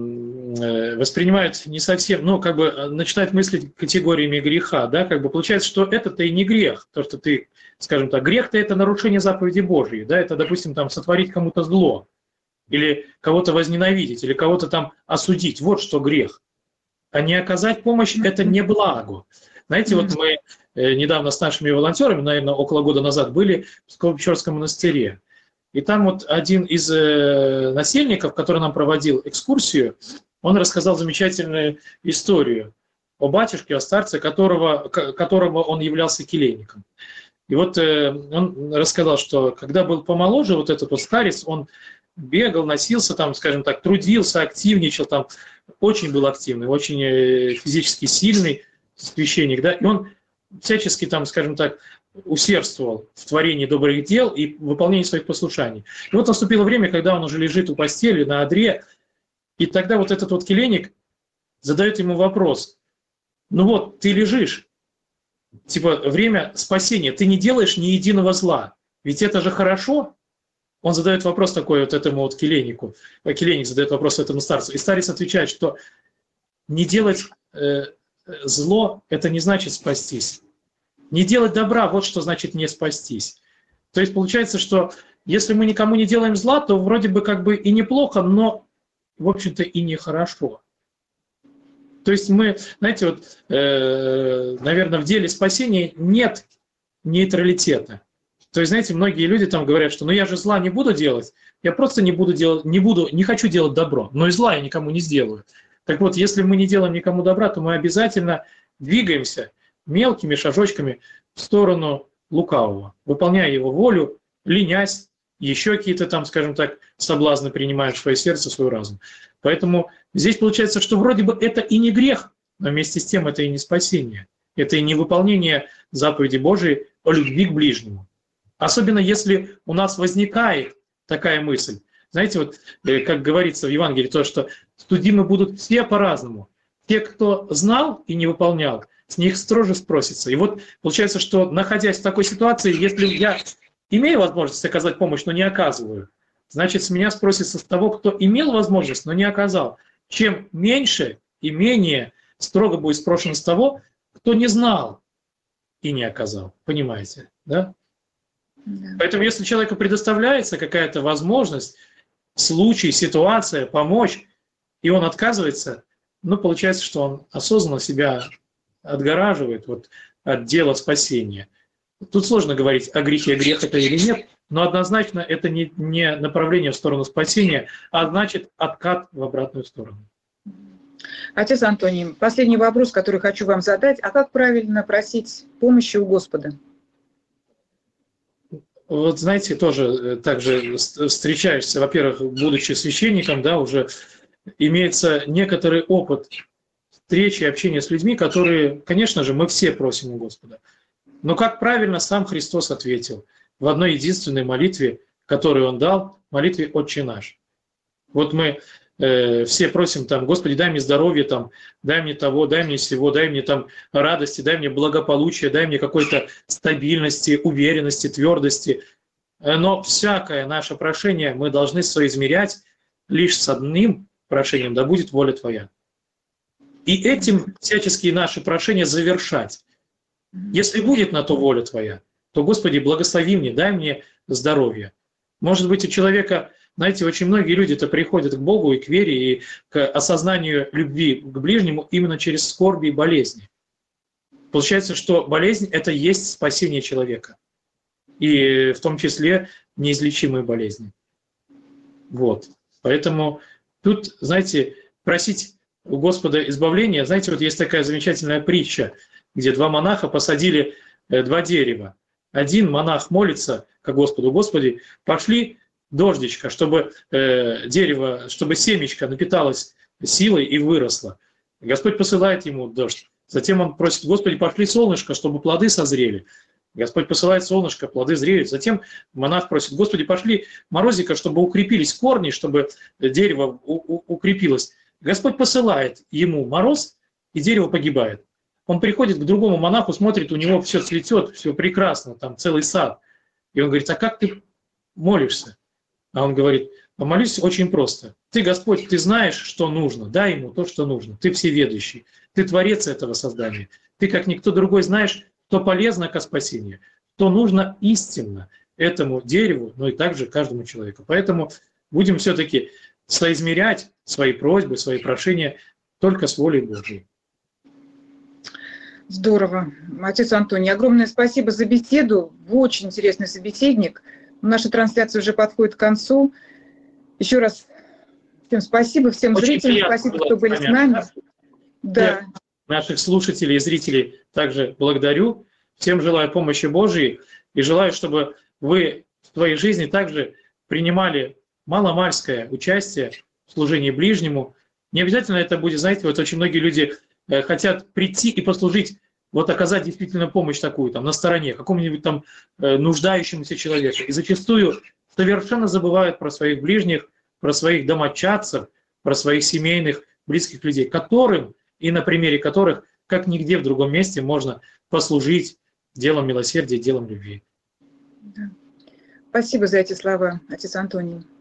S3: э, воспринимают не совсем, ну, как бы начинают мыслить категориями греха, да, как бы получается, что это-то и не грех, то, что ты, скажем так, грех-то это нарушение заповеди Божьей, да, это, допустим, там, сотворить кому-то зло, или кого-то возненавидеть, или кого-то там осудить, вот что грех. А не оказать помощь – это не благо. Знаете, вот мы э, недавно с нашими волонтерами, наверное, около года назад, были в Псково-Печорском монастыре. И там вот один из э, насельников, который нам проводил экскурсию, он рассказал замечательную историю о батюшке, о старце, которого, которого он являлся келейником. И вот э, он рассказал, что когда был помоложе, вот этот вот старец, он бегал, носился там, скажем так, трудился, активничал там, очень был активный, очень э, физически сильный священник, да, и он всячески там, скажем так, усердствовал в творении добрых дел и выполнении своих послушаний. И вот наступило время, когда он уже лежит у постели на одре, и тогда вот этот вот келейник задает ему вопрос: ну вот, ты лежишь, типа, время спасения, ты не делаешь ни единого зла, ведь это же хорошо. Он задает вопрос такой вот этому вот келейнику, келейник задает вопрос этому старцу, и старец отвечает, что не делать э, зло – это не значит спастись. Не делать добра – вот что значит не спастись. То есть получается, что если мы никому не делаем зла, то вроде бы как бы и неплохо, но, в общем-то, и нехорошо. То есть мы, знаете, вот, э, наверное, в деле спасения нет нейтралитета. То есть, знаете, многие люди там говорят, что ну я же зла не буду делать, я просто не буду делать, не буду, не хочу делать добро, но и зла я никому не сделаю. Так вот, если мы не делаем никому добра, то мы обязательно двигаемся мелкими шажочками в сторону лукавого, выполняя его волю, ленясь, еще какие-то там, скажем так, соблазны принимают в свое сердце, в свой разум. Поэтому здесь получается, что вроде бы это и не грех, но вместе с тем это и не спасение. Это и не выполнение заповеди Божией о любви к ближнему. Особенно если у нас возникает такая мысль. Знаете, вот как говорится в Евангелии, то, что судимы будут все по-разному. Те, кто знал и не выполнял, с них строже спросится. И вот получается, что находясь в такой ситуации, если я имею возможность оказать помощь, но не оказываю, значит, с меня спросится с того, кто имел возможность, но не оказал. Чем меньше и менее строго будет спрошено с того, кто не знал и не оказал. Понимаете, да? Да. Поэтому если человеку предоставляется какая-то возможность, случай, ситуация, помочь, и он отказывается, ну, получается, что он осознанно себя отгораживает вот, от дела спасения. Тут сложно говорить о грехе, грех это или нет, но однозначно это не, не направление в сторону спасения, а значит откат в обратную сторону.
S2: Отец Антоний, последний вопрос, который хочу вам задать. А как правильно просить помощи у Господа?
S3: Вот знаете, тоже также встречаешься, во-первых, будучи священником, да, уже имеется некоторый опыт встречи и общения с людьми, которые, конечно же, мы все просим у Господа. Но как правильно сам Христос ответил в одной единственной молитве, которую Он дал, молитве «Отче наш». Вот мы э, все просим там: Господи, дай мне здоровье, там, дай мне того, дай мне всего, дай мне там радости, дай мне благополучия, дай мне какой-то стабильности, уверенности, твердости. но всякое наше прошение мы должны соизмерять лишь с одним прошением: да будет воля Твоя. И этим всяческие наши прошения завершать. Если будет на то воля Твоя, то, Господи, благослови мне, дай мне здоровье. Может быть, у человека, знаете, очень многие люди-то приходят к Богу и к вере, и к осознанию любви к ближнему именно через скорби и болезни. Получается, что болезнь – это и есть спасение человека. И в том числе неизлечимые болезни. Вот. Поэтому тут, знаете, просить у Господа избавления, знаете, вот есть такая замечательная притча, где два монаха посадили два дерева. Один монах молится к Господу: Господи, пошли дождичка, чтобы э, дерево, чтобы семечко напиталось силой и выросло. Господь посылает ему дождь. Затем он просит: Господи, пошли солнышко, чтобы плоды созрели. Господь посылает солнышко, плоды зреют. Затем монах просит: Господи, пошли морозика, чтобы укрепились корни, чтобы дерево укрепилось. Господь посылает ему мороз, и дерево погибает. Он приходит к другому монаху, смотрит, у него все цветет, все прекрасно, там целый сад. И он говорит: а как ты молишься? А он говорит: помолись очень просто. Ты, Господь, ты знаешь, что нужно, дай ему то, что нужно. Ты всеведущий, ты творец этого создания. Ты, как никто другой, знаешь, что полезно ко спасению, что нужно истинно этому дереву, но и также каждому человеку. Поэтому будем все-таки соизмерять свои просьбы, свои прошения только с волей Божьей.
S2: Здорово. Отец Антоний, огромное спасибо за беседу. Вы очень интересный собеседник. Наша трансляция уже подходит к концу. Еще раз всем спасибо, всем очень зрителям, спасибо, кто были с нами. Да.
S3: Наших слушателей и зрителей также благодарю. Всем желаю помощи Божьей и желаю, чтобы вы в своей жизни также принимали маломальское участие в служении ближнему. Не обязательно это будет, знаете, вот очень многие люди хотят прийти и послужить, вот оказать действительно помощь такую, там, на стороне, какому-нибудь там э, нуждающемуся человеку. И зачастую совершенно забывают про своих ближних, про своих домочадцев, про своих семейных, близких людей, которым, и на примере которых, как нигде в другом месте, можно послужить делом милосердия, делом любви.
S2: Спасибо за эти слова, отец Антоний.